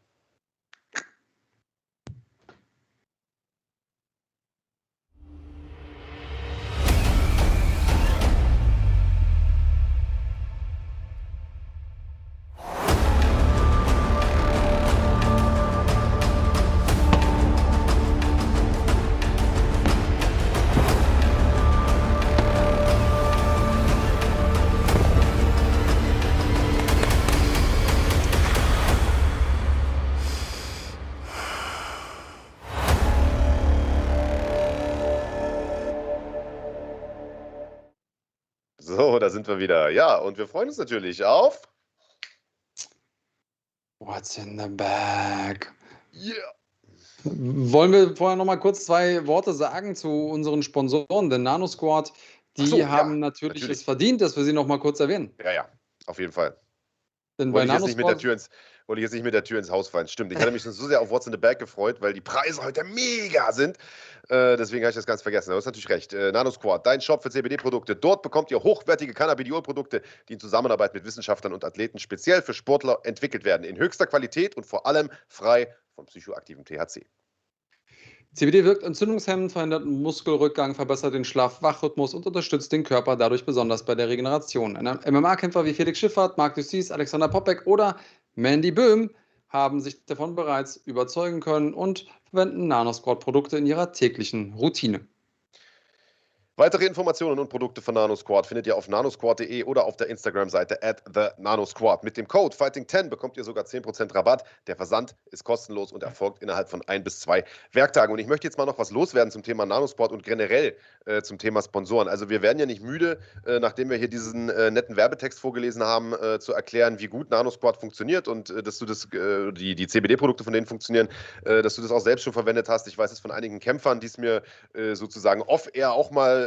So, da sind wir wieder. Ja, und wir freuen uns natürlich auf What's in the bag? Yeah. Wollen wir vorher noch mal kurz zwei Worte sagen zu unseren Sponsoren, der Nano Squad? Die so, haben ja, natürlich, natürlich. es verdient, dass wir sie noch mal kurz erwähnen. Ja, ja, auf jeden Fall. Denn bei Wollte ich, jetzt Nano nicht mit der Squad Tür ins, wollte ich jetzt nicht mit der Tür ins Haus fallen. Stimmt, ich hatte mich schon so sehr auf What's in the Bag gefreut, weil die Preise heute mega sind. Äh, deswegen habe ich das ganz vergessen. Aber du hast natürlich recht. Äh, Nano Squad, dein Shop für C B D-Produkte. Dort bekommt ihr hochwertige Cannabidiol-Produkte, die in Zusammenarbeit mit Wissenschaftlern und Athleten speziell für Sportler entwickelt werden. In höchster Qualität und vor allem frei von psychoaktivem T H C. C B D wirkt entzündungshemmend, verhindert Muskelrückgang, verbessert den Schlaf-Wach-Rhythmus und unterstützt den Körper dadurch besonders bei der Regeneration. M M A-Kämpfer wie Felix Schiffert, Marc Dussis, Alexander Popek oder Mandy Böhm haben sich davon bereits überzeugen können und verwenden Nanosquad-Produkte in ihrer täglichen Routine. Weitere Informationen und Produkte von NanoSquad findet ihr auf nanosquad punkt de oder auf der Instagram-Seite at the nanosquad. Mit dem Code Fighting zehn bekommt ihr sogar zehn Prozent Rabatt. Der Versand ist kostenlos und erfolgt innerhalb von ein bis zwei Werktagen. Und ich möchte jetzt mal noch was loswerden zum Thema Nanosport und generell äh, zum Thema Sponsoren. Also wir werden ja nicht müde, äh, nachdem wir hier diesen äh, netten Werbetext vorgelesen haben, äh, zu erklären, wie gut Nanosport funktioniert und äh, dass du das, äh, die, die C B D-Produkte von denen funktionieren, äh, dass du das auch selbst schon verwendet hast. Ich weiß es von einigen Kämpfern, die es mir äh, sozusagen off-air auch mal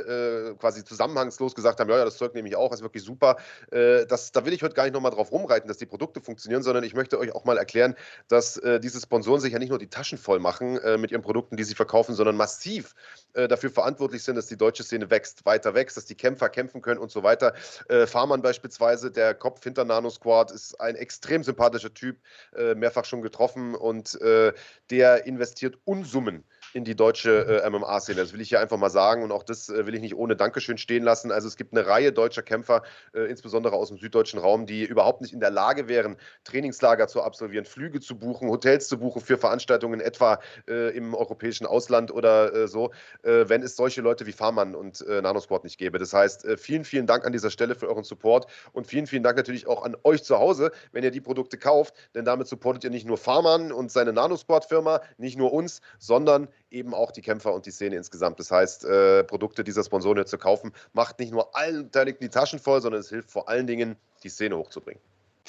äh, quasi zusammenhangslos gesagt haben, ja, ja, das Zeug nehme ich auch, ist wirklich super. Äh, das, da will ich heute gar nicht nochmal drauf rumreiten, dass die Produkte funktionieren, sondern ich möchte euch auch mal erklären, dass äh, diese Sponsoren sich ja nicht nur die Taschen voll machen äh, mit ihren Produkten, die sie verkaufen, sondern massiv äh, dafür verantwortlich sind, dass die deutsche Szene wächst, weiter wächst, dass die Kämpfer kämpfen können und so weiter. Äh, Farman beispielsweise, der Kopf hinter Nano Squad, ist ein extrem sympathischer Typ, äh, mehrfach schon getroffen und äh, der investiert Unsummen in die deutsche äh, M M A-Szene. Das will ich hier einfach mal sagen und auch das äh, will ich nicht ohne Dankeschön stehen lassen. Also es gibt eine Reihe deutscher Kämpfer, äh, insbesondere aus dem süddeutschen Raum, die überhaupt nicht in der Lage wären, Trainingslager zu absolvieren, Flüge zu buchen, Hotels zu buchen für Veranstaltungen etwa äh, im europäischen Ausland oder äh, so, äh, wenn es solche Leute wie Farman und äh, Nanosport nicht gäbe. Das heißt, äh, vielen, vielen Dank an dieser Stelle für euren Support und vielen, vielen Dank natürlich auch an euch zu Hause, wenn ihr die Produkte kauft, denn damit supportet ihr nicht nur Farman und seine Nanosport-Firma, nicht nur uns, sondern eben auch die Kämpfer und die Szene insgesamt. Das heißt, äh, Produkte dieser Sponsoren zu kaufen, macht nicht nur allen Beteiligten die Taschen voll, sondern es hilft vor allen Dingen, die Szene hochzubringen.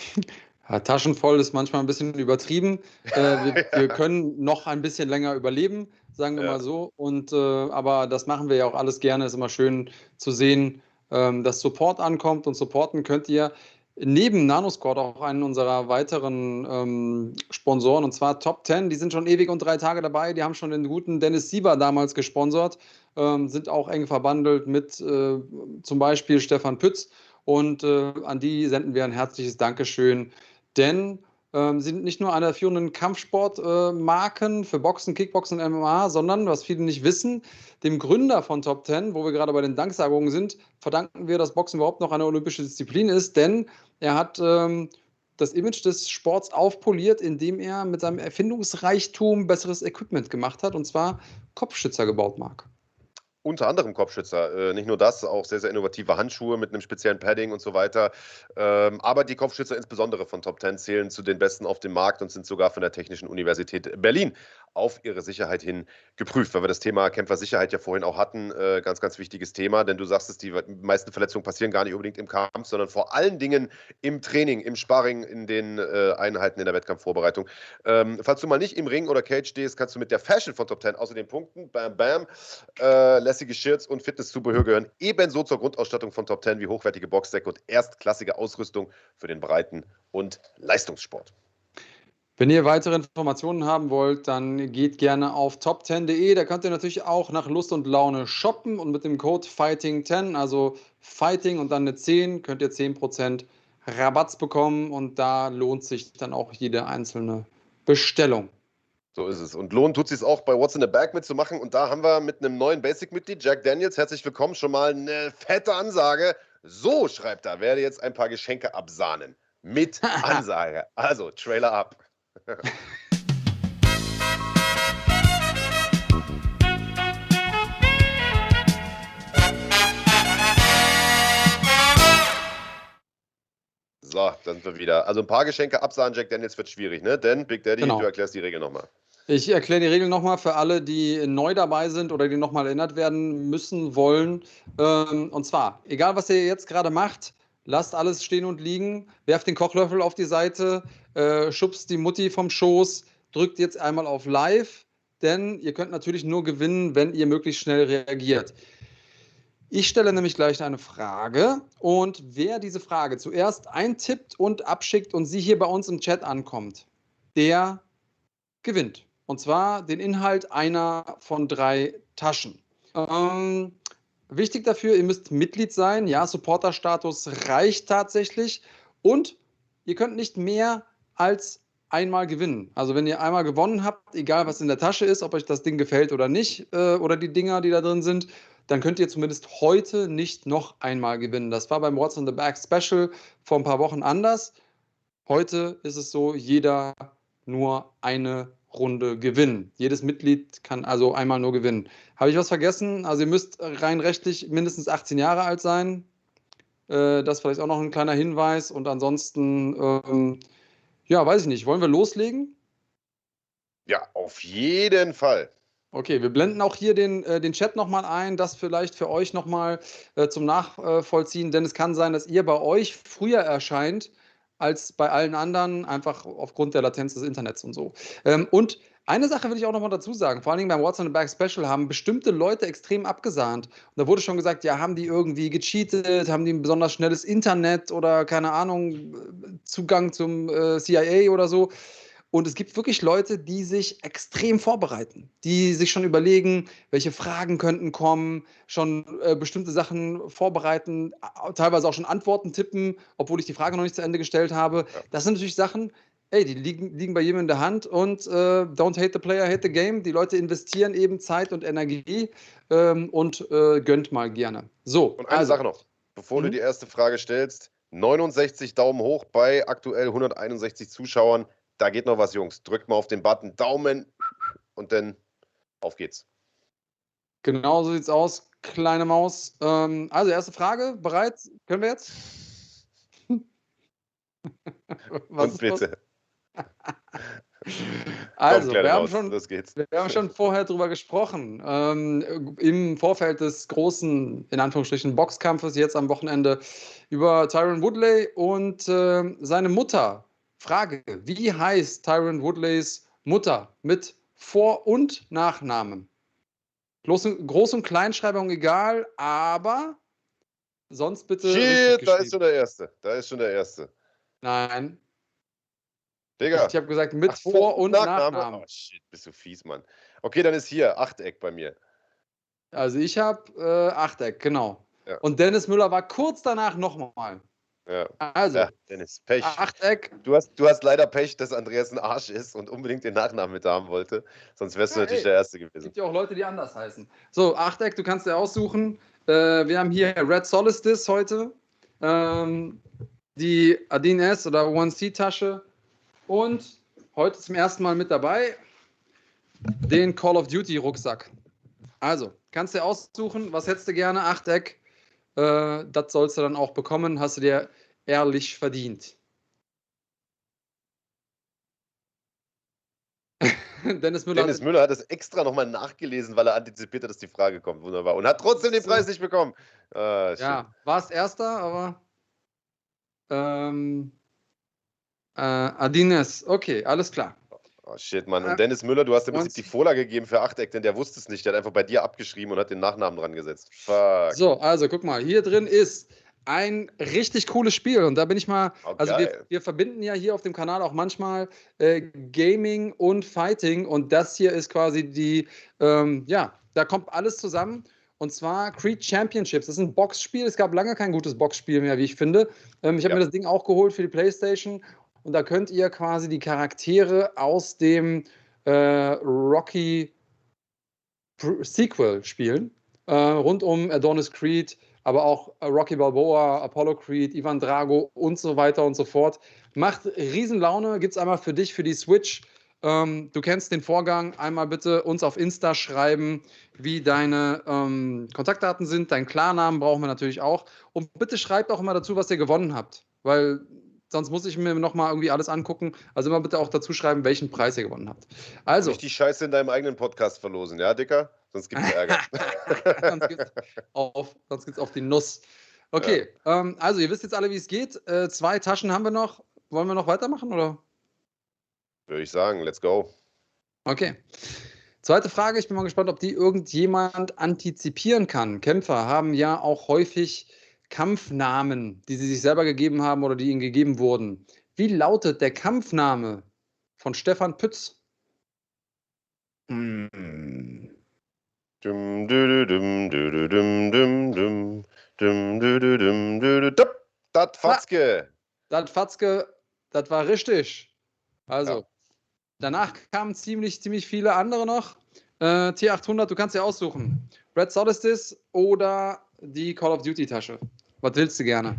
Ja, taschenvoll ist manchmal ein bisschen übertrieben. Äh, wir, wir können noch ein bisschen länger überleben, sagen wir Ja. mal so. Und, äh, aber das machen wir ja auch alles gerne. Ist immer schön zu sehen, ähm, dass Support ankommt. Und supporten könnt ihr neben Nanosquad auch einen unserer weiteren ähm, Sponsoren, und zwar Top Ten. Die sind schon ewig und drei Tage dabei. Die haben schon den guten Dennis Siever damals gesponsert, ähm, sind auch eng verbandelt mit äh, zum Beispiel Stefan Pütz. Und äh, an die senden wir ein herzliches Dankeschön, denn ähm, sie sind nicht nur eine der führenden Kampfsportmarken äh, für Boxen, Kickboxen und M M A, sondern, was viele nicht wissen, dem Gründer von Top Ten, wo wir gerade bei den Danksagungen sind, verdanken wir, dass Boxen überhaupt noch eine olympische Disziplin ist, denn er hat ähm, das Image des Sports aufpoliert, indem er mit seinem Erfindungsreichtum besseres Equipment gemacht hat, und zwar Kopfschützer gebaut, Marc. Unter anderem Kopfschützer. Äh, nicht nur das, auch sehr, sehr innovative Handschuhe mit einem speziellen Padding und so weiter. Ähm, aber die Kopfschützer insbesondere von Top Ten zählen zu den besten auf dem Markt und sind sogar von der Technischen Universität Berlin auf ihre Sicherheit hin geprüft, weil wir das Thema Kämpfersicherheit ja vorhin auch hatten. Äh, ganz, ganz wichtiges Thema, denn du sagst es, die meisten Verletzungen passieren gar nicht unbedingt im Kampf, sondern vor allen Dingen im Training, im Sparring, in den äh, Einheiten in der Wettkampfvorbereitung. Ähm, falls du mal nicht im Ring oder Cage stehst, kannst du mit der Fashion von Top Ten außerdem punkten. Bam, bam. Äh, lässige Shirts und Fitnesszubehör gehören ebenso zur Grundausstattung von Top Ten wie hochwertige Boxdecke und erstklassige Ausrüstung für den Breiten- und Leistungssport. Wenn ihr weitere Informationen haben wollt, dann geht gerne auf top ten punkt de. Da könnt ihr natürlich auch nach Lust und Laune shoppen und mit dem Code Fighting zehn, also Fighting und dann eine zehn, könnt ihr zehn Prozent Rabatz bekommen und da lohnt sich dann auch jede einzelne Bestellung. So ist es. Und lohnt tut es sich auch bei What's in the Bag mitzumachen. Und da haben wir mit einem neuen Basic-Mitglied, Jack Daniels, herzlich willkommen, schon mal eine fette Ansage. So, schreibt er, werde jetzt ein paar Geschenke absahnen. Mit Ansage. Also, Trailer ab. So, da sind wir wieder. Also ein paar Geschenke absahen, Jack Daniels wird schwierig, ne? Denn, Big Daddy, Genau. du erklärst die Regel nochmal. Ich erkläre die Regel nochmal für alle, die neu dabei sind oder die nochmal erinnert werden müssen wollen. Ähm, und zwar, egal was ihr jetzt gerade macht, lasst alles stehen und liegen, werft den Kochlöffel auf die Seite, äh, schubst die Mutti vom Schoß, drückt jetzt einmal auf Live, denn ihr könnt natürlich nur gewinnen, wenn ihr möglichst schnell reagiert. Ich stelle nämlich gleich eine Frage und wer diese Frage zuerst eintippt und abschickt und sie hier bei uns im Chat ankommt, der gewinnt. Und zwar den Inhalt einer von drei Taschen. Ähm, wichtig dafür, ihr müsst Mitglied sein. Ja, Supporter-Status reicht tatsächlich. Und ihr könnt nicht mehr als einmal gewinnen. Also wenn ihr einmal gewonnen habt, egal was in der Tasche ist, ob euch das Ding gefällt oder nicht, äh, oder die Dinger, die da drin sind, dann könnt ihr zumindest heute nicht noch einmal gewinnen. Das war beim What's in the Bag Special vor ein paar Wochen anders. Heute ist es so, jeder nur eine Runde gewinnen. Jedes Mitglied kann also einmal nur gewinnen. Habe ich was vergessen? Also ihr müsst rein rechtlich mindestens achtzehn Jahre alt sein. Äh, das vielleicht auch noch ein kleiner Hinweis. Und ansonsten, ähm, ja, weiß ich nicht. Wollen wir loslegen? Ja, auf jeden Fall. Okay, wir blenden auch hier den, äh, den Chat nochmal ein, das vielleicht für euch nochmal äh, zum Nachvollziehen, denn es kann sein, dass ihr bei euch früher erscheint als bei allen anderen, einfach aufgrund der Latenz des Internets und so. Ähm, und Eine Sache will ich auch noch mal dazu sagen, vor allen Dingen beim What's on the Bag Special haben bestimmte Leute extrem abgesahnt. Und da wurde schon gesagt, ja, haben die irgendwie gecheatet, haben die ein besonders schnelles Internet oder keine Ahnung, Zugang zum äh, C I A oder so. Und es gibt wirklich Leute, die sich extrem vorbereiten, die sich schon überlegen, welche Fragen könnten kommen, schon äh, bestimmte Sachen vorbereiten, teilweise auch schon Antworten tippen, obwohl ich die Frage noch nicht zu Ende gestellt habe. Ja. Das sind natürlich Sachen, ey, die liegen, liegen bei jedem in der Hand und äh, don't hate the player, hate the game. Die Leute investieren eben Zeit und Energie ähm, und äh, gönnt mal gerne. So, Und eine also. Sache noch, bevor Mhm. du die erste Frage stellst, neunundsechzig Daumen hoch bei aktuell hunderteinundsechzig Zuschauern. Da geht noch was, Jungs. Drückt mal auf den Button Daumen und dann auf geht's. Genau so sieht's aus, kleine Maus. Ähm, also, erste Frage, bereit? Können wir jetzt? Was Und ist los? bitte. Also, Komm, wir haben, Maus, schon, los geht's. wir haben schon vorher drüber gesprochen. Ähm, Im Vorfeld des großen, in Anführungsstrichen, Boxkampfes jetzt am Wochenende über Tyron Woodley und äh, seine Mutter. Frage: Wie heißt Tyron Woodleys Mutter mit Vor- und Nachnamen? Groß- Groß- und Kleinschreibung egal, aber sonst bitte richtig Shit, da ist geschrieben. schon der Erste. Da ist schon der Erste. Nein, Digga. ich habe gesagt mit Ach, Vor- Vor- und und Nachname? Nachnamen. Oh, shit, bist du fies, Mann. Okay, dann ist hier Achteck bei mir. Also ich habe äh, Achteck, genau. Ja. Und Dennis Müller war kurz danach nochmal. Ja. Also, Ja, Dennis, Pech. Achteck. Du hast, du hast leider Pech, dass Andreas ein Arsch ist und unbedingt den Nachnamen mit haben wollte. Sonst wärst du Ja, natürlich ey, der Erste es gewesen. gibt ja auch Leute, die anders heißen. So, Achteck, du kannst dir aussuchen. Äh, wir haben hier Red Solstice heute. Ähm, die Adin S oder One C Tasche. Und heute zum ersten Mal mit dabei den Call of Duty Rucksack. Also, kannst dir aussuchen, was hättest du gerne? Achteck. Äh, das sollst du dann auch bekommen. Hast du dir ehrlich verdient. Dennis Müller, Dennis Müller hat es extra nochmal nachgelesen, weil er antizipiert hat, dass die Frage kommt. Wunderbar. Und hat trotzdem den Preis nicht bekommen. Ah, ja, war es erster, aber ähm, äh, Adines, okay, alles klar. oh shit, Mann. Äh, Und Dennis Müller, du hast im Prinzip once- die Vorlage gegeben für Achteck, denn der wusste es nicht. Der hat einfach bei dir abgeschrieben und hat den Nachnamen dran gesetzt. Fuck. So, also guck mal, hier drin ist ein richtig cooles Spiel und da bin ich mal, Oh, also wir, geil. wir verbinden ja hier auf dem Kanal auch manchmal äh, Gaming und Fighting und das hier ist quasi die, ähm, ja, da kommt alles zusammen und zwar Creed Championships. Das ist ein Boxspiel, es gab lange kein gutes Boxspiel mehr, wie ich finde. Ähm, ich habe Ja. mir das Ding auch geholt für die Playstation und da könnt ihr quasi die Charaktere aus dem äh, Rocky Sequel spielen, äh, rund um Adonis Creed, aber auch Rocky Balboa, Apollo Creed, Ivan Drago und so weiter und so fort. Macht Riesenlaune, gibt es einmal für dich, für die Switch. Ähm, du kennst den Vorgang. Einmal bitte uns auf Insta schreiben, wie deine ähm, Kontaktdaten sind. Deinen Klarnamen brauchen wir natürlich auch. Und bitte schreibt auch immer dazu, was ihr gewonnen habt, weil sonst muss ich mir nochmal irgendwie alles angucken. Also immer bitte auch dazu schreiben, welchen Preis ihr gewonnen habt. Also. Nicht die Scheiße in deinem eigenen Podcast verlosen, ja, Dicker? Sonst gibt's Ärger. sonst gibt es auf, auf die Nuss. Okay, ja. ähm, also ihr wisst jetzt alle, wie es geht. Äh, zwei Taschen haben wir noch. Wollen wir noch weitermachen, oder? Würde ich sagen, let's go. Okay. Zweite Frage, ich bin mal gespannt, ob die irgendjemand antizipieren kann. Kämpfer haben ja auch häufig Kampfnamen, die sie sich selber gegeben haben oder die ihnen gegeben wurden. Wie lautet der Kampfname von Stefan Pütz? Dum, dum, dum, dum, dum, dum, dum, dum, dum, dum, dum, Dat Fatzke. Das Fatzke, das war richtig. Also, Ja. danach kamen ziemlich, ziemlich viele andere noch. Äh, T achthundert, du kannst dir aussuchen. Red Solstice oder die Call of Duty Tasche. Was willst du gerne?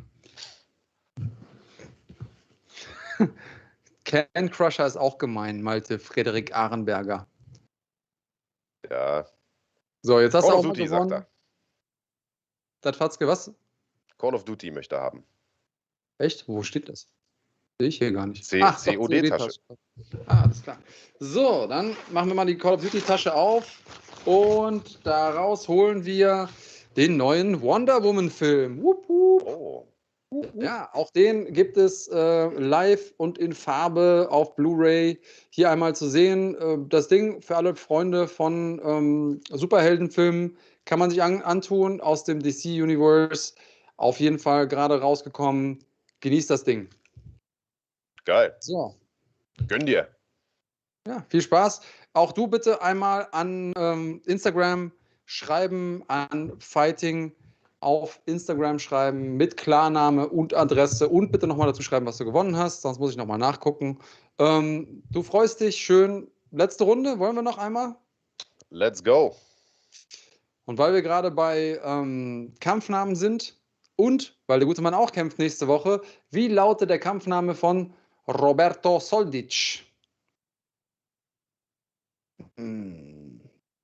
Can Crusher ist auch gemein, Malte Frederik Ahrenberger. Ja. So, jetzt hast Call du of auch mal Duty, sagt gewonnen. er. Das Fatzke, was? Call of Duty möchte er haben. Echt? Wo steht das? Sehe ich hier gar nicht. C Ach, C O D-Tasche. Ah, alles klar. So, dann machen wir mal die Call of Duty Tasche auf und daraus holen wir den neuen Wonder Woman Film. Wupp, wupp. Oh. Ja, auch den gibt es äh, live und in Farbe auf Blu-ray hier einmal zu sehen. Äh, das Ding für alle Freunde von ähm, Superheldenfilmen kann man sich an antun aus dem D C-Universe. Auf jeden Fall gerade rausgekommen. Genießt das Ding. Geil. So. Gönn dir. Ja, viel Spaß. Auch du bitte einmal an ähm, Instagram schreiben, an Fighting auf Instagram schreiben mit Klarname und Adresse und bitte nochmal dazu schreiben, was du gewonnen hast, sonst muss ich nochmal nachgucken. Ähm, du freust dich schön. Letzte Runde, wollen wir noch einmal? Let's go. Und weil wir gerade bei ähm, Kampfnamen sind und weil der gute Mann auch kämpft nächste Woche, wie lautet der Kampfname von Roberto Soldic? Hm.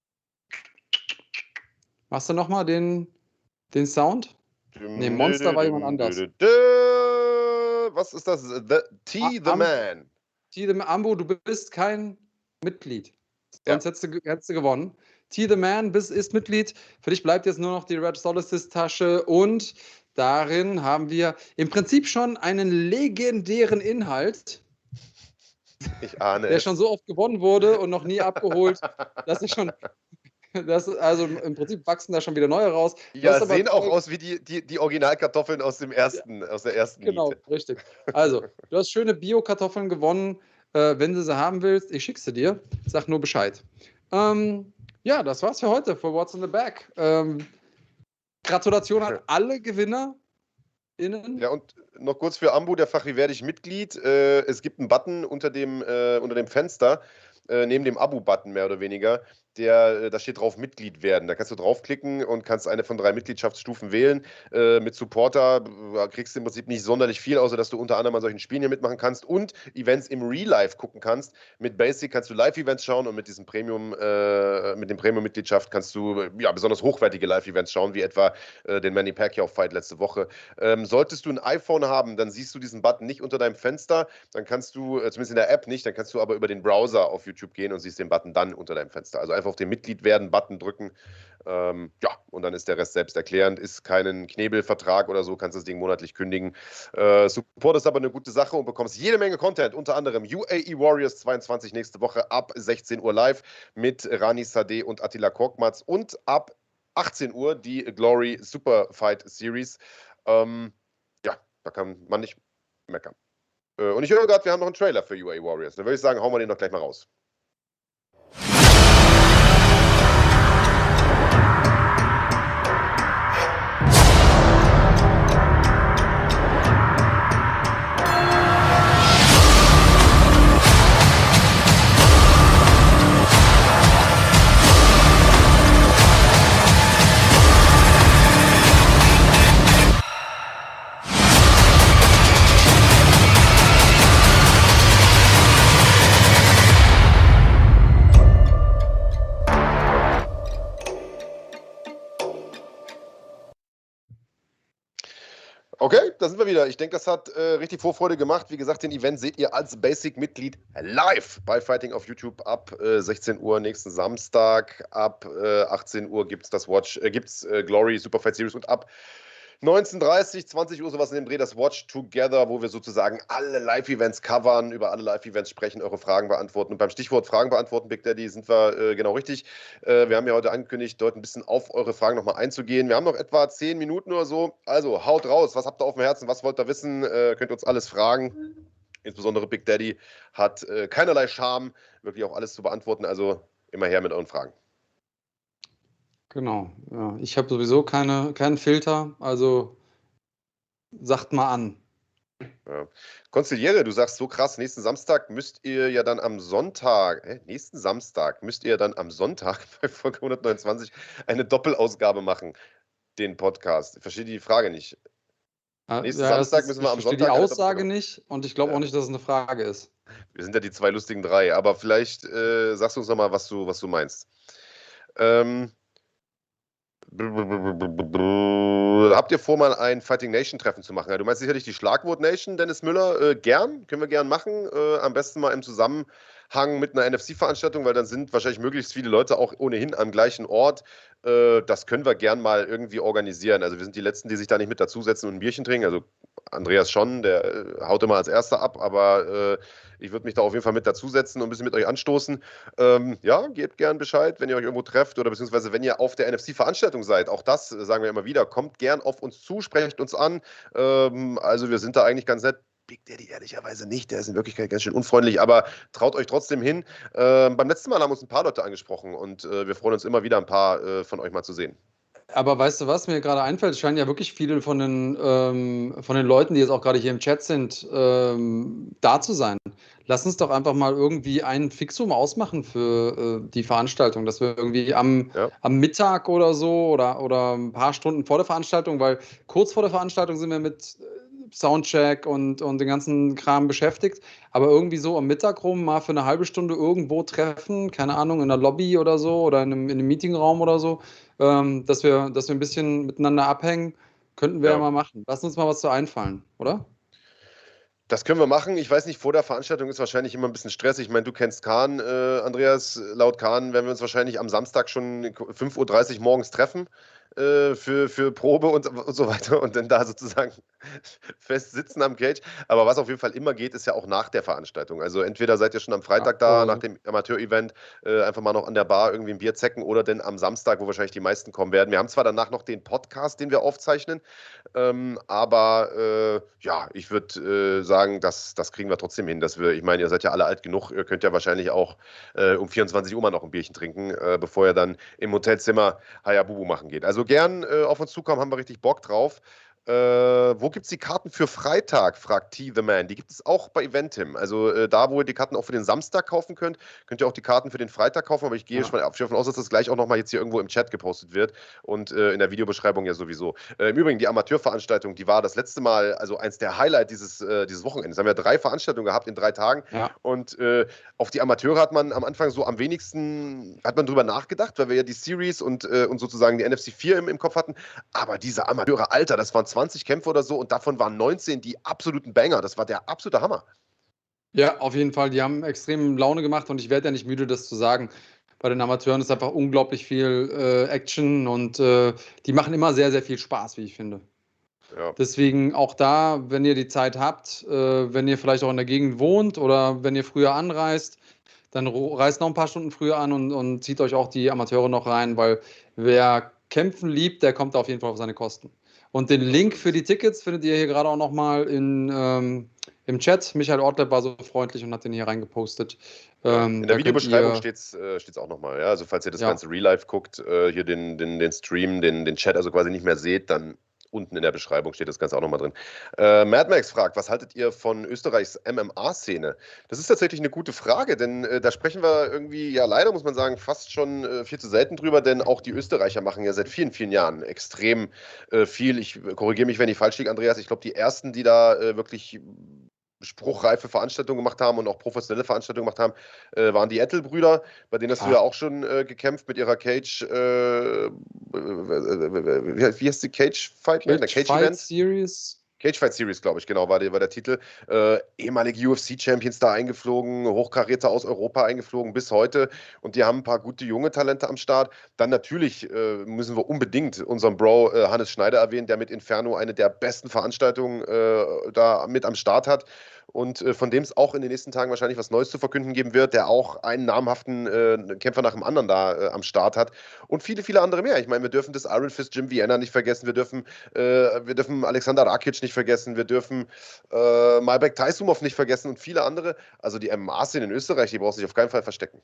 Machst du nochmal den, den Sound? Ne, Monster war jemand anders. Was ist das? The, T the Am- Man. T the Man, Ambo, du bist kein Mitglied. Sonst Ja. hättest, du, hättest du gewonnen. T the Man bist, ist Mitglied. Für dich bleibt jetzt nur noch die Red Solstice-Tasche und darin haben wir im Prinzip schon einen legendären Inhalt, Ich ahne der es. schon so oft gewonnen wurde und noch nie abgeholt, dass er schon. Das, also im Prinzip wachsen da schon wieder neue raus. Du Ja, hast aber sehen auch toll- aus wie die, die, die Originalkartoffeln aus dem ersten, aus der ersten Genau, Niete. richtig. Also, du hast schöne Bio-Kartoffeln gewonnen. Äh, wenn du sie haben willst, ich schicke sie dir. Sag nur Bescheid. Ähm, ja, das war's für heute, für What's in the Bag. Ähm, Gratulation an alle GewinnerInnen. Ja, und noch kurz für Ambu, der Fach, wie werde ich Mitglied? Äh, es gibt einen Button unter dem, äh, unter dem Fenster, äh, neben dem Abo-Button mehr oder weniger, der, äh, da steht drauf Mitglied werden. Da kannst du draufklicken und kannst eine von drei Mitgliedschaftsstufen wählen. Äh, mit Supporter äh, kriegst du im Prinzip nicht sonderlich viel, außer dass du unter anderem an solchen Spielen hier mitmachen kannst und Events im Real Life gucken kannst. Mit Basic kannst du Live-Events schauen und mit diesem Premium, äh, mit dem Premium-Mitgliedschaft kannst du äh, ja, besonders hochwertige Live-Events schauen, wie etwa äh, den Manny Pacquiao-Fight letzte Woche. Ähm, solltest du ein iPhone haben, dann siehst du diesen Button nicht unter deinem Fenster. Dann kannst du, äh, zumindest in der App nicht, dann kannst du aber über den Browser auf YouTube gehen und siehst den Button dann unter deinem Fenster. Also einfach auf den Mitglied werden Button drücken. Ähm, ja, und dann ist der Rest selbsterklärend. Ist keinen Knebelvertrag oder so, kannst das Ding monatlich kündigen. Äh, Support ist aber eine gute Sache und bekommst jede Menge Content, unter anderem U A E Warriors zweiundzwanzig nächste Woche ab sechzehn Uhr live mit Rani Sadeh und Attila Korkmaz und ab achtzehn Uhr die Glory Super Fight Series. Ähm, ja, da kann man nicht meckern. Äh, und ich höre gerade, wir haben noch einen Trailer für U A E Warriors. Dann würde ich sagen, hauen wir den doch gleich mal raus. Okay, da sind wir wieder. Ich denke, das hat äh, richtig Vorfreude gemacht. Wie gesagt, den Event seht ihr als Basic-Mitglied live bei Fighting auf YouTube ab äh, sechzehn Uhr nächsten Samstag. Ab äh, achtzehn Uhr gibt es das Watch, äh, gibt's äh, Glory Super Fight Series und ab neunzehn Uhr dreißig, zwanzig Uhr sowas in dem Dreh, das Watch Together, wo wir sozusagen alle Live-Events covern, über alle Live-Events sprechen, eure Fragen beantworten. Und beim Stichwort Fragen beantworten, Big Daddy, sind wir äh, genau richtig. Äh, wir haben ja heute angekündigt, dort ein bisschen auf eure Fragen nochmal einzugehen. Wir haben noch etwa zehn Minuten oder so. Also haut raus, was habt ihr auf dem Herzen, was wollt ihr wissen? Äh, könnt ihr uns alles fragen. Insbesondere Big Daddy hat äh, keinerlei Scham, wirklich auch alles zu beantworten. Also immer her mit euren Fragen. Genau, ja. Ich habe sowieso keine, keinen Filter, also sagt mal an. Ja. Konziliere, du sagst so krass, nächsten Samstag müsst ihr ja dann am Sonntag, äh, nächsten Samstag müsst ihr dann am Sonntag bei Folge hundertneunundzwanzig eine Doppelausgabe machen, den Podcast. Ich verstehe die Frage nicht. Ja, Nächsten ja, Samstag ist, müssen ich wir am verstehe die Sonntag eine Aussage Doppelausgabe. nicht und ich glaube Ja. auch nicht, dass es eine Frage ist. Wir sind ja die zwei lustigen drei, aber vielleicht äh, sagst du uns nochmal, was du, was du meinst. Ähm, Habt ihr vor, mal ein Fighting Nation Treffen zu machen? Ja, du meinst sicherlich die Schlagwort Nation, Dennis Müller. Äh, gern, können wir gern machen. Äh, am besten mal im Zusammenhang Zusammenhang mit einer N F C-Veranstaltung, weil dann sind wahrscheinlich möglichst viele Leute auch ohnehin am gleichen Ort. Äh, das können wir gern mal irgendwie organisieren. Also wir sind die Letzten, die sich da nicht mit dazusetzen und ein Bierchen trinken. Also Andreas schon, der äh, haut immer als Erster ab, aber äh, ich würde mich da auf jeden Fall mit dazusetzen und ein bisschen mit euch anstoßen. Ähm, ja, gebt gern Bescheid, wenn ihr euch irgendwo trefft oder beziehungsweise wenn ihr auf der N F C-Veranstaltung seid. Auch das äh, sagen wir immer wieder. Kommt gern auf uns zu, sprecht uns an. Ähm, also wir sind da eigentlich ganz nett. Big Daddy ehrlicherweise nicht, der ist in Wirklichkeit ganz schön unfreundlich, aber traut euch trotzdem hin. Ähm, beim letzten Mal haben uns ein paar Leute angesprochen und äh, wir freuen uns immer wieder, ein paar äh, von euch mal zu sehen. Aber weißt du, was mir gerade einfällt? Es scheinen ja wirklich viele von den, ähm, von den Leuten, die jetzt auch gerade hier im Chat sind, ähm, da zu sein. Lass uns doch einfach mal irgendwie ein Fixum ausmachen für äh, die Veranstaltung, dass wir irgendwie am, Ja, am Mittag oder so oder, oder ein paar Stunden vor der Veranstaltung, weil kurz vor der Veranstaltung sind wir mit äh, Soundcheck und, und den ganzen Kram beschäftigt, aber irgendwie so am Mittag rum mal für eine halbe Stunde irgendwo treffen, keine Ahnung, in der Lobby oder so oder in einem, in einem Meetingraum oder so, ähm, dass wir, dass wir ein bisschen miteinander abhängen, könnten wir ja ja. mal machen. Lass uns mal was zu einfallen, oder? Das können wir machen. Ich weiß nicht, vor der Veranstaltung ist wahrscheinlich immer ein bisschen stressig. Ich meine, du kennst Kahn, äh, Andreas. Laut Kahn werden wir uns wahrscheinlich am Samstag schon fünf Uhr dreißig morgens treffen äh, für, für Probe und, und so weiter und dann da sozusagen fest sitzen am Cage. Aber was auf jeden Fall immer geht, ist ja auch nach der Veranstaltung. Also entweder seid ihr schon am Ja, Freitag da, oder nach so. dem Amateur-Event, äh, einfach mal noch an der Bar irgendwie ein Bier zecken oder dann am Samstag, wo wahrscheinlich die meisten kommen werden. Wir haben zwar danach noch den Podcast, den wir aufzeichnen, ähm, aber äh, ja, ich würde äh, sagen, das, das kriegen wir trotzdem hin. Dass wir, ich meine, ihr seid ja alle alt genug, ihr könnt ja wahrscheinlich auch äh, um vierundzwanzig Uhr mal noch ein Bierchen trinken, äh, bevor ihr dann im Hotelzimmer Hayabubu machen geht. Also gern äh, auf uns zukommen, haben wir richtig Bock drauf. Äh, wo gibt es die Karten für Freitag, fragt T The Man. Die gibt es auch bei Eventim. Also äh, da, wo ihr die Karten auch für den Samstag kaufen könnt, könnt ihr auch die Karten für den Freitag kaufen. Aber ich gehe Ja. schon davon aus, dass das gleich auch nochmal jetzt hier irgendwo im Chat gepostet wird und äh, in der Videobeschreibung ja sowieso. Äh, Im Übrigen, die Amateurveranstaltung, die war das letzte Mal, also eins der Highlights dieses, äh, dieses Wochenendes. Da haben wir drei Veranstaltungen gehabt in drei Tagen Ja. und äh, auf die Amateure hat man am Anfang so am wenigsten, hat man drüber nachgedacht, weil wir ja die Series und, äh, und sozusagen die N F C vier im, im Kopf hatten. Aber diese Amateure, Alter, das waren zwanzig Kämpfe oder so und davon waren neunzehn die absoluten Banger. Das war der absolute Hammer. Ja, auf jeden Fall. Die haben extrem Laune gemacht und ich werde ja nicht müde, das zu sagen. Bei den Amateuren ist einfach unglaublich viel äh, Action und äh, die machen immer sehr, sehr viel Spaß, wie ich finde. Ja. Deswegen auch da, wenn ihr die Zeit habt, äh, wenn ihr vielleicht auch in der Gegend wohnt oder wenn ihr früher anreist, dann ro- reist noch ein paar Stunden früher an und, und zieht euch auch die Amateure noch rein, weil wer kämpfen liebt, der kommt auf jeden Fall auf seine Kosten. Und den So Link ist für es. die Tickets findet ihr hier gerade auch nochmal in, ähm, im Chat. Michael Ortleb war so freundlich und hat den hier reingepostet. Ja. Ähm, In der da könnt Videobeschreibung ihr, steht es äh, steht's auch nochmal. Ja? Also falls ihr das ja, ganze Real Life guckt, äh, hier den, den, den Stream, den, den Chat also quasi nicht mehr seht, dann unten in der Beschreibung steht das Ganze auch nochmal drin. Äh, Mad Max fragt, was haltet ihr von Österreichs M M A-Szene? Das ist tatsächlich eine gute Frage, denn äh, da sprechen wir irgendwie, ja leider muss man sagen, fast schon äh, viel zu selten drüber, denn auch die Österreicher machen ja seit vielen, vielen Jahren extrem äh, viel. Ich korrigiere mich, wenn ich falsch liege, Andreas. Ich glaube, die ersten, die da äh, wirklich spruchreife Veranstaltungen gemacht haben und auch professionelle Veranstaltungen gemacht haben, äh, waren die Ettel-Brüder, bei denen hast du ja ja, auch schon äh, gekämpft mit ihrer Cage, äh, äh, wie, wie heißt die Cage Fight, ne? Der Cage Cage Fight Event? Series. Cage Fight Series, glaube ich, genau, war der, war der Titel. Äh, ehemalige U F C-Champions da eingeflogen, Hochkaräter aus Europa eingeflogen bis heute. Und die haben ein paar gute junge Talente am Start. Dann natürlich äh, müssen wir unbedingt unseren Bro äh, Hannes Schneider erwähnen, der mit Inferno eine der besten Veranstaltungen äh, da mit am Start hat. Und äh, von dem es auch in den nächsten Tagen wahrscheinlich was Neues zu verkünden geben wird, der auch einen namhaften äh, Kämpfer nach dem anderen da äh, am Start hat. Und viele, viele andere mehr. Ich meine, wir dürfen das Iron Fist Jim Vienna nicht vergessen. Wir dürfen, äh, wir dürfen Alexander Rakic nicht vergessen. Wir dürfen äh, Malbek Taisumov nicht vergessen und viele andere. Also die M M A-Szene in Österreich, die braucht sich auf keinen Fall verstecken.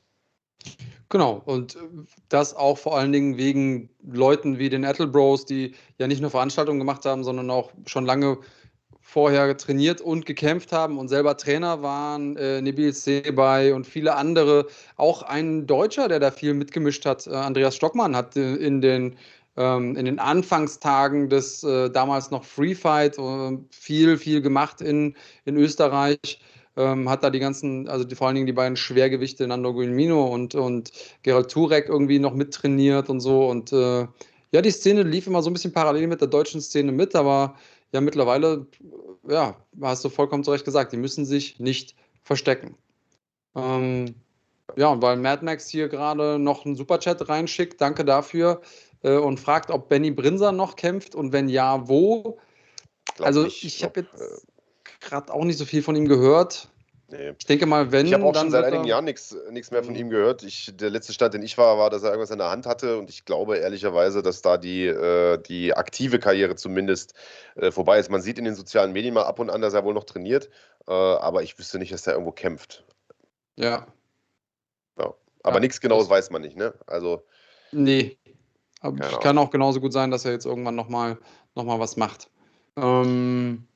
Genau, und äh, das auch vor allen Dingen wegen Leuten wie den Attlebros, die ja nicht nur Veranstaltungen gemacht haben, sondern auch schon lange vorher trainiert und gekämpft haben und selber Trainer waren, äh, Nebil Sebay und viele andere. Auch ein Deutscher, der da viel mitgemischt hat, äh, Andreas Stockmann, hat äh, in den, ähm, in den Anfangstagen des äh, damals noch Free Fight äh, viel, viel gemacht in, in Österreich. Ähm, hat da die ganzen, also die, vor allen Dingen die beiden Schwergewichte, Nando Guilmino und, und Gerald Turek irgendwie noch mittrainiert und so. Und äh, ja, die Szene lief immer so ein bisschen parallel mit der deutschen Szene mit, aber ja, mittlerweile, ja, hast du vollkommen zu Recht gesagt, die müssen sich nicht verstecken. Ähm, ja, und weil Mad Max hier gerade noch einen Superchat reinschickt, danke dafür, äh, und fragt, ob Benny Brinser noch kämpft und wenn ja, wo. Glaub Also nicht. ich Glaub, habe äh, jetzt gerade auch nicht so viel von ihm gehört. nee. Ich denke mal, Ich habe wenn, auch schon dann seit wird einigen er. Jahren nichts mehr von ihm Hm, gehört. Ich, der letzte Stand, den ich war, war, dass er irgendwas in der Hand hatte und ich glaube ehrlicherweise, dass da die, äh, die aktive Karriere zumindest äh, vorbei ist. Man sieht in den sozialen Medien mal ab und an, dass er wohl noch trainiert, äh, aber ich wüsste nicht, dass er irgendwo kämpft. ja, Ja. Aber ja, nichts Genaues das. weiß man nicht, ne? Also, Nee. Aber keine kann Ahnung. auch genauso gut sein, dass er jetzt irgendwann nochmal noch mal was macht. Ähm,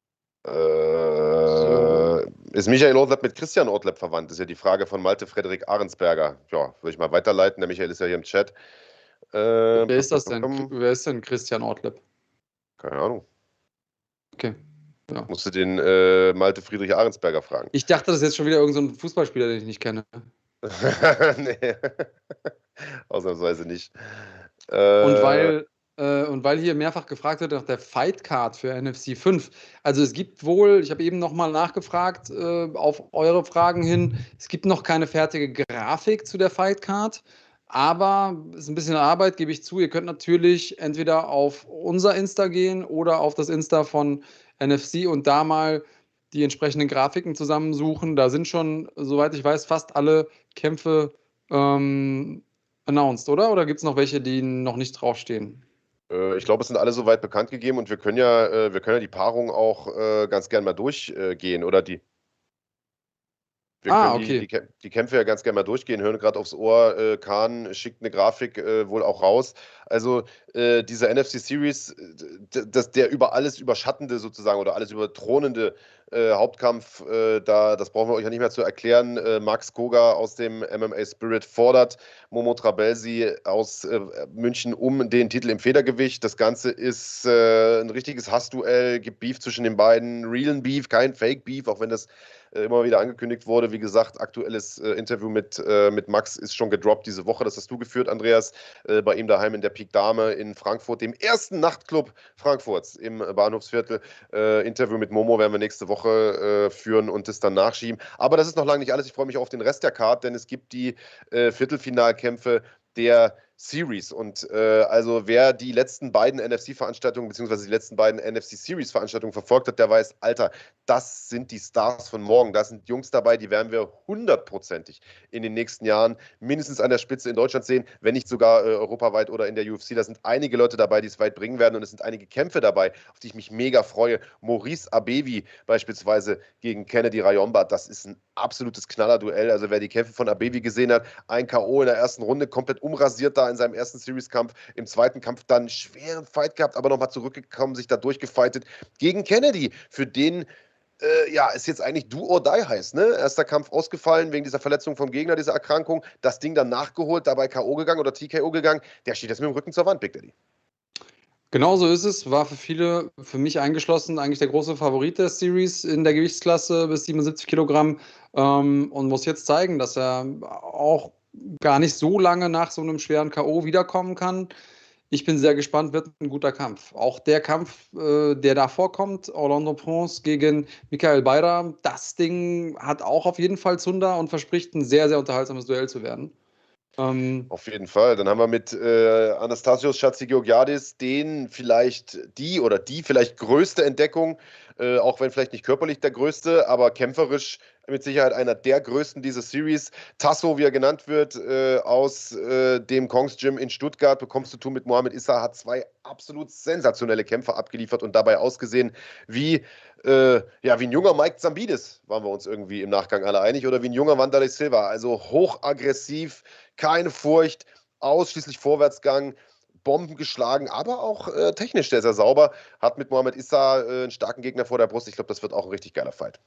so. Äh, ist Michael Ortleb mit Christian Ortleb verwandt? Das ist ja die Frage von Malte Frederik Ahrensberger. Ja, würde ich mal weiterleiten. Der Michael ist ja hier im Chat. Äh, Wer ist das denn? Wer ist denn Christian Ortleb? keine Ahnung. Okay. Ja. Musst du den äh, Malte Friedrich Ahrensberger fragen. Ich dachte, das ist jetzt schon wieder irgendein so Fußballspieler, den ich nicht kenne. Nee. Ausnahmsweise nicht. Und Äh, weil, äh, und weil hier mehrfach gefragt wird nach der Fight Card für N F C fünf. Also es gibt wohl, ich habe eben nochmal nachgefragt äh, auf eure Fragen hin, es gibt noch keine fertige Grafik zu der Fight Card. Aber es ist ein bisschen Arbeit, gebe ich zu. Ihr könnt natürlich entweder auf unser Insta gehen oder auf das Insta von N F C und da mal die entsprechenden Grafiken zusammensuchen. Da sind schon, soweit ich weiß, fast alle Kämpfe ähm, announced, oder? Oder gibt es noch welche, die noch nicht draufstehen? äh, Ich glaube, es sind alle soweit bekannt gegeben und wir können ja, äh, wir können ja die Paarung auch äh, ganz gern mal durchgehen oder die. Wir können Ah, die, die, okay. Kä- die Kämpfe ja ganz gerne mal durchgehen, hören gerade aufs Ohr. Äh, Kahn schickt eine Grafik äh, wohl auch raus. Also äh, diese N F C Series, äh, d- das, der über alles überschattende sozusagen oder alles überthronende äh, Hauptkampf, äh, da, das brauchen wir euch ja nicht mehr zu erklären. Äh, Max Koga aus dem M M A Spirit fordert Momo Trabelsi aus äh, München um den Titel im Federgewicht. Das Ganze ist äh, ein richtiges Hassduell, gibt Beef zwischen den beiden. Realen Beef, kein Fake Beef, auch wenn das äh, immer wieder angekündigt wurde. Wie gesagt, aktuelles äh, Interview mit, äh, mit Max ist schon gedroppt diese Woche. Das hast du geführt, Andreas, äh, bei ihm daheim in der Pik Dame in Frankfurt, dem ersten Nachtclub Frankfurts im Bahnhofsviertel. Äh, Interview mit Momo werden wir nächste Woche äh, führen und das dann nachschieben. Aber das ist noch lange nicht alles. Ich freue mich auf den Rest der Card, denn es gibt die äh, Viertelfinalkämpfe der Series. Und äh, also wer die letzten beiden N F C-Veranstaltungen beziehungsweise die letzten beiden N F C-Series-Veranstaltungen verfolgt hat, der weiß, Alter, das sind die Stars von morgen. Da sind Jungs dabei, die werden wir hundertprozentig in den nächsten Jahren mindestens an der Spitze in Deutschland sehen, wenn nicht sogar äh, europaweit oder in der U F C. Da sind einige Leute dabei, die es weit bringen werden und es sind einige Kämpfe dabei, auf die ich mich mega freue. Maurice Abevi beispielsweise gegen Kennedy Rayomba, das ist ein absolutes Knallerduell. Also wer die Kämpfe von Abevi gesehen hat, ein K O in der ersten Runde, komplett umrasiert da in seinem ersten Series-Kampf, im zweiten Kampf dann einen schweren Fight gehabt, aber nochmal zurückgekommen, sich da durchgefightet gegen Kennedy, für den äh, ja, es jetzt eigentlich Do or Die heißt, ne? Erster Kampf ausgefallen wegen dieser Verletzung vom Gegner, dieser Erkrankung, das Ding dann nachgeholt, dabei K O gegangen oder T K O gegangen, der steht jetzt mit dem Rücken zur Wand, Big Daddy. Genau so ist es. War für viele, für mich eingeschlossen, eigentlich der große Favorit der Series in der Gewichtsklasse bis siebenundsiebzig Kilogramm ähm, und muss jetzt zeigen, dass er auch gar nicht so lange nach so einem schweren K O wiederkommen kann. Ich bin sehr gespannt, wird ein guter Kampf. Auch der Kampf, äh, der da vorkommt, Orlando Pons gegen Michael Beira, das Ding hat auch auf jeden Fall Zunder und verspricht ein sehr, sehr unterhaltsames Duell zu werden. Ähm, Auf jeden Fall. Dann haben wir mit äh, Anastasios Chatzigiorgiadis den vielleicht die oder die vielleicht größte Entdeckung, äh, auch wenn vielleicht nicht körperlich der größte, aber kämpferisch mit Sicherheit einer der größten dieser Series. Tasso, wie er genannt wird, äh, aus äh, dem Kongs Gym in Stuttgart, bekommst du tun mit Mohamed Issa, hat zwei absolut sensationelle Kämpfe abgeliefert und dabei ausgesehen wie, äh, ja, wie ein junger Mike Zambidis, waren wir uns irgendwie im Nachgang alle einig, oder wie ein junger Wanderlei Silva. Also hochaggressiv, keine Furcht, ausschließlich Vorwärtsgang, Bomben geschlagen, aber auch äh, technisch sehr, sehr sauber. Hat mit Mohamed Issa äh, einen starken Gegner vor der Brust. Ich glaube, das wird auch ein richtig geiler Fight.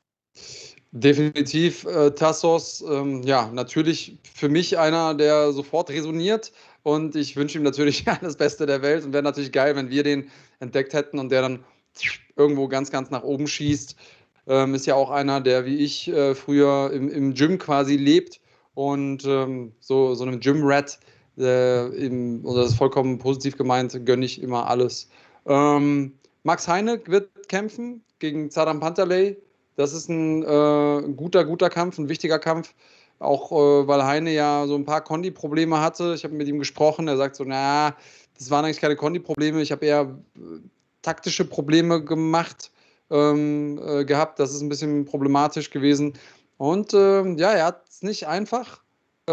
Definitiv äh, Tassos, ähm, ja, natürlich für mich einer, der sofort resoniert und ich wünsche ihm natürlich alles Beste der Welt und wäre natürlich geil, wenn wir den entdeckt hätten und der dann irgendwo ganz, ganz nach oben schießt. Ähm, ist ja auch einer, der wie ich äh, früher im, im Gym quasi lebt und ähm, so, so einem Gym-Rat, äh, im, und das ist vollkommen positiv gemeint, gönne ich immer alles. Ähm, Max Heine wird kämpfen gegen Zadam Pantaley. Das ist ein äh, guter, guter Kampf, ein wichtiger Kampf. Auch äh, weil Heine ja so ein paar Kondi-Probleme hatte. Ich habe mit ihm gesprochen. Er sagt so, na, das waren eigentlich keine Kondi-Probleme. Ich habe eher äh, taktische Probleme gemacht, ähm, äh, gehabt. Das ist ein bisschen problematisch gewesen. Und ähm, ja, er hat es nicht einfach.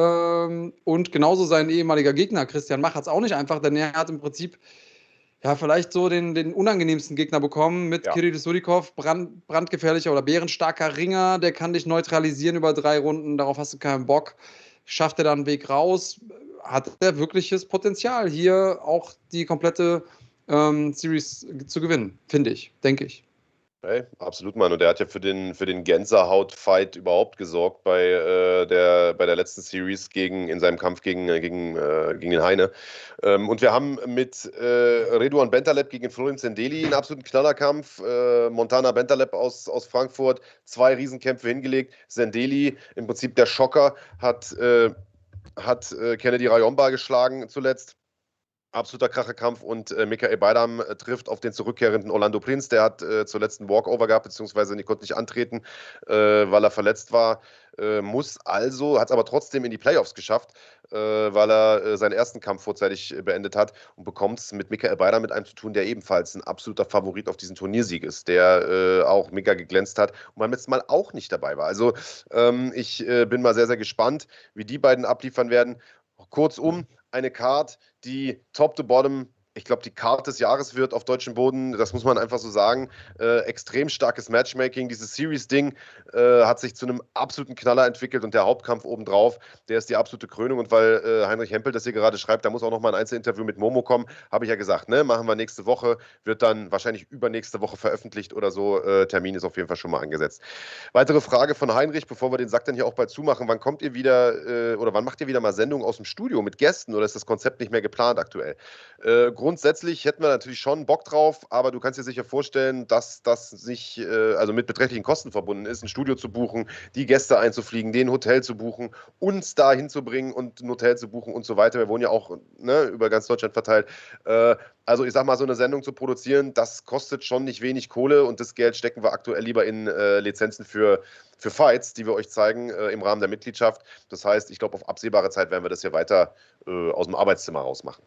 Ähm, und genauso sein ehemaliger Gegner, Christian Mach, hat es auch nicht einfach, denn er hat im Prinzip ja, vielleicht so den, den unangenehmsten Gegner bekommen mit Ja. Kirill Sudikov, brand, brandgefährlicher oder bärenstarker Ringer, der kann dich neutralisieren über drei Runden, darauf hast du keinen Bock. Schafft er da einen Weg raus? Hat er wirkliches Potenzial, hier auch die komplette ähm, Series zu gewinnen, finde ich, denke ich. Hey, absolut, Mann. Und der hat ja für den, für den Gänsehaut-Fight überhaupt gesorgt bei, äh, der, bei der letzten Series gegen, in seinem Kampf gegen, äh, gegen, äh, gegen den Heine. Ähm, und wir haben mit äh, Reduan Bentaleb gegen Florin Zendeli einen absoluten Knallerkampf. Äh, Montana Bentaleb aus, aus Frankfurt, zwei Riesenkämpfe hingelegt. Zendeli, im Prinzip der Schocker, hat, äh, hat äh, Kennedy Rayomba geschlagen zuletzt. Absoluter Kracherkampf und äh, Michael Beidam äh, trifft auf den zurückkehrenden Orlando Prinz. Der hat äh, zuletzt einen Walkover gehabt, beziehungsweise die konnte nicht antreten, äh, weil er verletzt war. Äh, muss also, hat es aber trotzdem in die Playoffs geschafft, äh, weil er äh, seinen ersten Kampf vorzeitig äh, beendet hat und bekommt es mit Michael Beidam mit einem zu tun, der ebenfalls ein absoluter Favorit auf diesen Turniersieg ist, der äh, auch mega geglänzt hat und beim letzten Mal auch nicht dabei war. Also ähm, ich äh, bin mal sehr, sehr gespannt, wie die beiden abliefern werden. Kurzum, eine Card, die top to bottom, ich glaube, die Card des Jahres wird auf deutschem Boden, das muss man einfach so sagen. Äh, extrem starkes Matchmaking. Dieses Series-Ding äh, hat sich zu einem absoluten Knaller entwickelt und der Hauptkampf obendrauf, der ist die absolute Krönung. Und weil äh, Heinrich Hempel das hier gerade schreibt, da muss auch noch mal ein Einzelinterview mit Momo kommen, habe ich ja gesagt, ne, machen wir nächste Woche, wird dann wahrscheinlich übernächste Woche veröffentlicht oder so. Äh, Termin ist auf jeden Fall schon mal angesetzt. Weitere Frage von Heinrich, bevor wir den Sack dann hier auch bald zumachen. Wann kommt ihr wieder äh, oder wann macht ihr wieder mal Sendungen aus dem Studio mit Gästen oder ist das Konzept nicht mehr geplant aktuell? Äh, grundsätzlich hätten wir natürlich schon Bock drauf, aber du kannst dir sicher vorstellen, dass das nicht, äh, also mit beträchtlichen Kosten verbunden ist, ein Studio zu buchen, die Gäste einzufliegen, den Hotel zu buchen, uns da hinzubringen und ein Hotel zu buchen und so weiter. Wir wohnen ja auch, ne, über ganz Deutschland verteilt. Äh, also ich sag mal, so eine Sendung zu produzieren, das kostet schon nicht wenig Kohle und das Geld stecken wir aktuell lieber in äh, Lizenzen für, für Fights, die wir euch zeigen äh, im Rahmen der Mitgliedschaft. Das heißt, ich glaube, auf absehbare Zeit werden wir das hier weiter äh, aus dem Arbeitszimmer raus machen.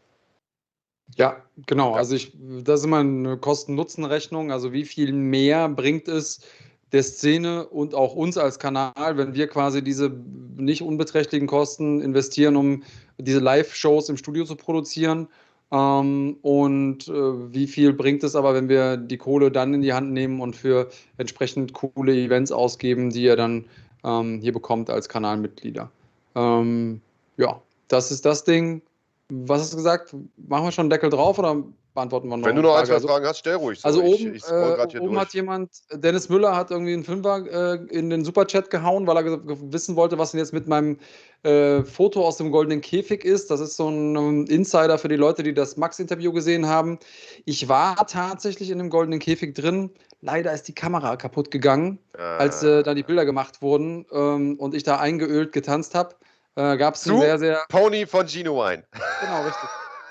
Ja, genau. Ja. Also ich, das ist immer eine Kosten-Nutzen-Rechnung. Also wie viel mehr bringt es der Szene und auch uns als Kanal, wenn wir quasi diese nicht unbeträchtlichen Kosten investieren, um diese Live-Shows im Studio zu produzieren. Ähm, und äh, wie viel bringt es aber, wenn wir die Kohle dann in die Hand nehmen und für entsprechend coole Events ausgeben, die ihr dann ähm, hier bekommt als Kanalmitglieder. Ähm, ja, das ist das Ding. Was hast du gesagt? Machen wir schon einen Deckel drauf oder beantworten wir noch Wenn du eine noch ein, Frage? zwei Also, Fragen hast, stell ruhig so. also Ich, oben, ich scroll äh, gerade hier oben hat durch. jemand, Dennis Müller hat irgendwie einen Fünfer äh, in den Superchat gehauen, weil er ge- wissen wollte, was denn jetzt mit meinem äh, Foto aus dem goldenen Käfig ist. Das ist so ein ähm, Insider für die Leute, die das Max-Interview gesehen haben. Ich war tatsächlich in dem goldenen Käfig drin. Leider ist die Kamera kaputt gegangen, als äh, da die Äh, Bilder gemacht wurden ähm, und ich da eingeölt getanzt habe. Äh, Gab es einen zu sehr, sehr, Pony von Genuine. genau, richtig.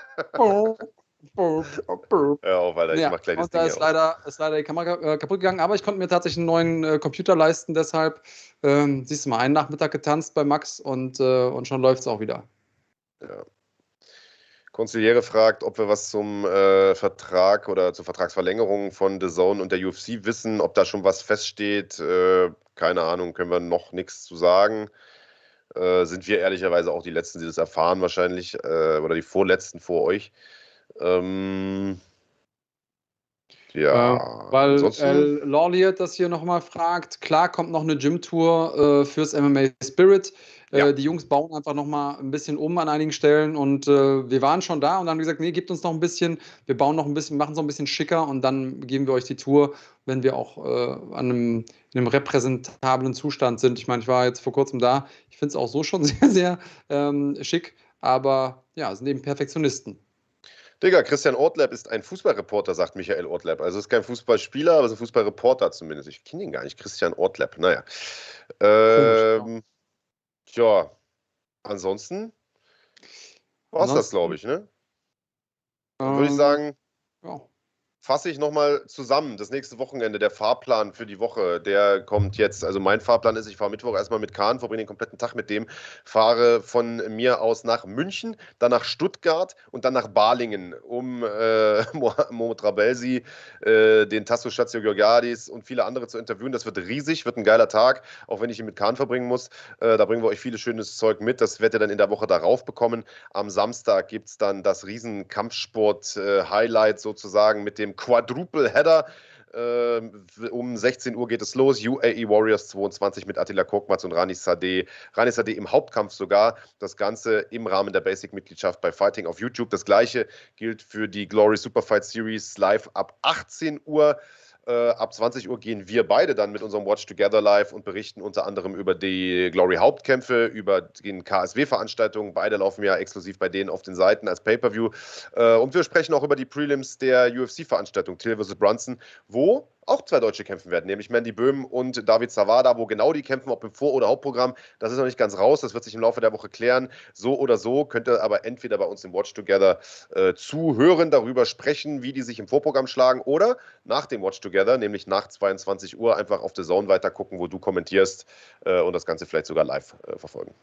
Ja, auf, Alter, ich Ja, mach gleich das und Ding da hier ist aus. leider, ist leider die Kamera äh, kaputt gegangen, aber ich konnte mir tatsächlich einen neuen äh, Computer leisten, deshalb ähm, siehst du mal, einen Nachmittag getanzt bei Max und, äh, und schon läuft es auch wieder. Ja. Konziliere fragt, ob wir was zum äh, Vertrag oder zur Vertragsverlängerung von The Zone und der U F C wissen, ob da schon was feststeht. Äh, keine Ahnung, können wir noch nichts zu sagen. Äh, sind wir ehrlicherweise auch die Letzten, die das erfahren wahrscheinlich, äh, oder die Vorletzten vor euch. Ähm, Äh, ja, weil ansonsten, El Lawliet das hier nochmal fragt, klar kommt noch eine Gym-Tour äh, fürs M M A Spirit. ja, Äh, die Jungs bauen einfach nochmal ein bisschen um an einigen Stellen und äh, wir waren schon da und dann haben wir gesagt, nee, gebt uns noch ein bisschen, wir bauen noch ein bisschen, machen es noch ein bisschen schicker und dann geben wir euch die Tour, wenn wir auch äh, an einem, in einem repräsentablen Zustand sind. Ich meine, ich war jetzt vor kurzem da, ich finde es auch so schon sehr, sehr ähm, schick, aber ja, sind eben Perfektionisten. Digga, Christian Ortlab ist ein Fußballreporter, sagt Michael Ortlab. Also ist kein Fußballspieler, aber ist ein Fußballreporter zumindest. Ich kenne ihn gar nicht. Christian Ortlab, naja. Komisch, ja. Ähm, Tja, ansonsten war es das, glaube Ansonsten, ich, ne? Dann würde ich ähm, sagen, ja. fasse ich nochmal zusammen. Das nächste Wochenende, der Fahrplan für die Woche, der kommt jetzt. Also mein Fahrplan ist, ich fahre Mittwoch erstmal mit Kahn, verbringe den kompletten Tag mit dem, fahre von mir aus nach München, dann nach Stuttgart und dann nach Balingen, um äh, Mohamed Trabelsi, äh, den Tasso Chatziogorgiadis und viele andere zu interviewen. Das wird riesig, wird ein geiler Tag, auch wenn ich ihn mit Kahn verbringen muss. Äh, da bringen wir euch vieles schönes Zeug mit. Das werdet ihr dann in der Woche darauf bekommen. Am Samstag gibt es dann das riesen Kampfsport-Highlight sozusagen mit dem Quadruple-Header. Äh, um sechzehn Uhr geht es los. U A E Warriors zweiundzwanzig mit Attila Korkmaz und Rani Sadeh. Rani Sadeh im Hauptkampf sogar. Das Ganze im Rahmen der Basic-Mitgliedschaft bei Fighting auf YouTube. Das gleiche gilt für die Glory Superfight Series live ab achtzehn Uhr. Äh, ab zwanzig Uhr gehen wir beide dann mit unserem Watch Together live und berichten unter anderem über die Glory-Hauptkämpfe, über die K S W-Veranstaltungen. Beide laufen ja exklusiv bei denen auf den Seiten als Pay-Per-View. Äh, und wir sprechen auch über die Prelims der U F C-Veranstaltung, Till versus. Brunson, wo auch zwei Deutsche kämpfen werden, nämlich Mandy Böhm und David Zawada. Wo genau die kämpfen, ob im Vor- oder Hauptprogramm, das ist noch nicht ganz raus. Das wird sich im Laufe der Woche klären. So oder so könnt ihr aber entweder bei uns im Watch Together äh, zuhören, darüber sprechen, wie die sich im Vorprogramm schlagen, oder nach dem Watch Together, nämlich nach zweiundzwanzig Uhr, einfach auf The Zone weiter gucken, wo du kommentierst äh, und das Ganze vielleicht sogar live äh, verfolgen.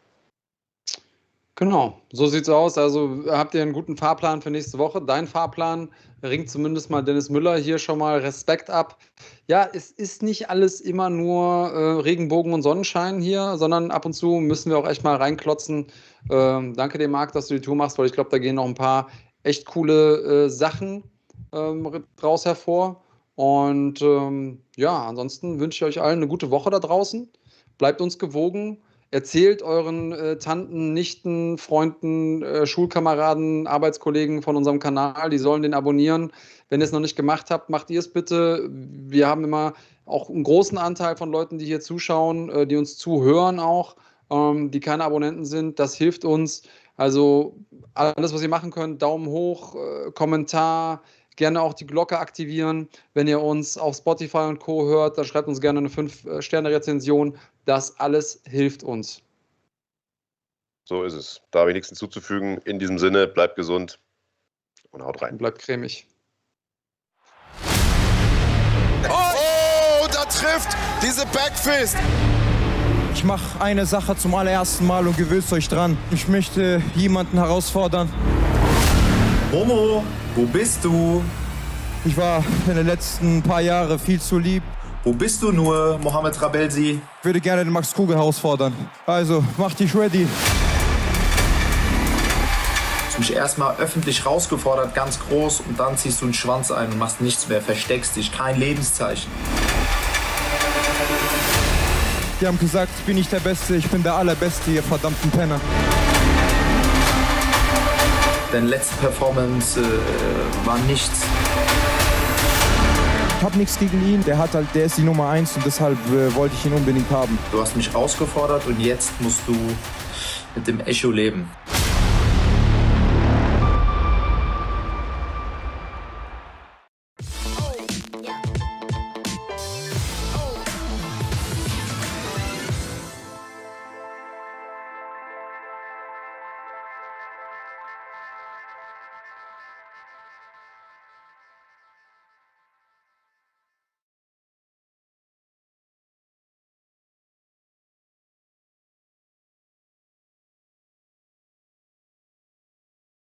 Genau, so sieht's aus. Also habt ihr einen guten Fahrplan für nächste Woche? Dein Fahrplan ringt zumindest mal Dennis Müller hier schon mal Respekt ab. Ja, es ist nicht alles immer nur äh, Regenbogen und Sonnenschein hier, sondern ab und zu müssen wir auch echt mal reinklotzen. Ähm, danke dir, Marc, dass du die Tour machst, weil ich glaube, da gehen noch ein paar echt coole äh, Sachen ähm, draus hervor. Und ähm, ja, ansonsten wünsche ich euch allen eine gute Woche da draußen. Bleibt uns gewogen. Erzählt euren äh, Tanten, Nichten, Freunden, äh, Schulkameraden, Arbeitskollegen von unserem Kanal, die sollen den abonnieren. Wenn ihr es noch nicht gemacht habt, macht ihr es bitte. Wir haben immer auch einen großen Anteil von Leuten, die hier zuschauen, äh, die uns zuhören auch, ähm, die keine Abonnenten sind. Das hilft uns. Also alles, was ihr machen könnt, Daumen hoch, äh, Kommentar, gerne auch die Glocke aktivieren. Wenn ihr uns auf Spotify und Co. hört, dann schreibt uns gerne eine fünf Sterne Rezension. Das alles hilft uns. So ist es. Da habe ich nichts hinzuzufügen. In diesem Sinne, bleibt gesund und haut rein. Und bleibt cremig. Oh, da trifft diese Backfist. Ich mache eine Sache zum allerersten Mal und gewöhnt euch dran. Ich möchte jemanden herausfordern. Momo, wo bist du? Ich war in den letzten paar Jahren viel zu lieb. Wo bist du nur, Mohamed Trabelsi? Ich würde gerne den Max Kugel herausfordern. Also, mach dich ready. Du hast mich erstmal öffentlich rausgefordert, ganz groß, und dann ziehst du einen Schwanz ein und machst nichts mehr, versteckst dich, kein Lebenszeichen. Die haben gesagt, ich bin nicht der Beste, ich bin der Allerbeste, ihr verdammten Penner. Deine letzte Performance äh, war nichts. Ich hab nichts gegen ihn, der hat halt, der ist die Nummer eins und deshalb äh, wollte ich ihn unbedingt haben. Du hast mich rausgefordert und jetzt musst du mit dem Echo leben.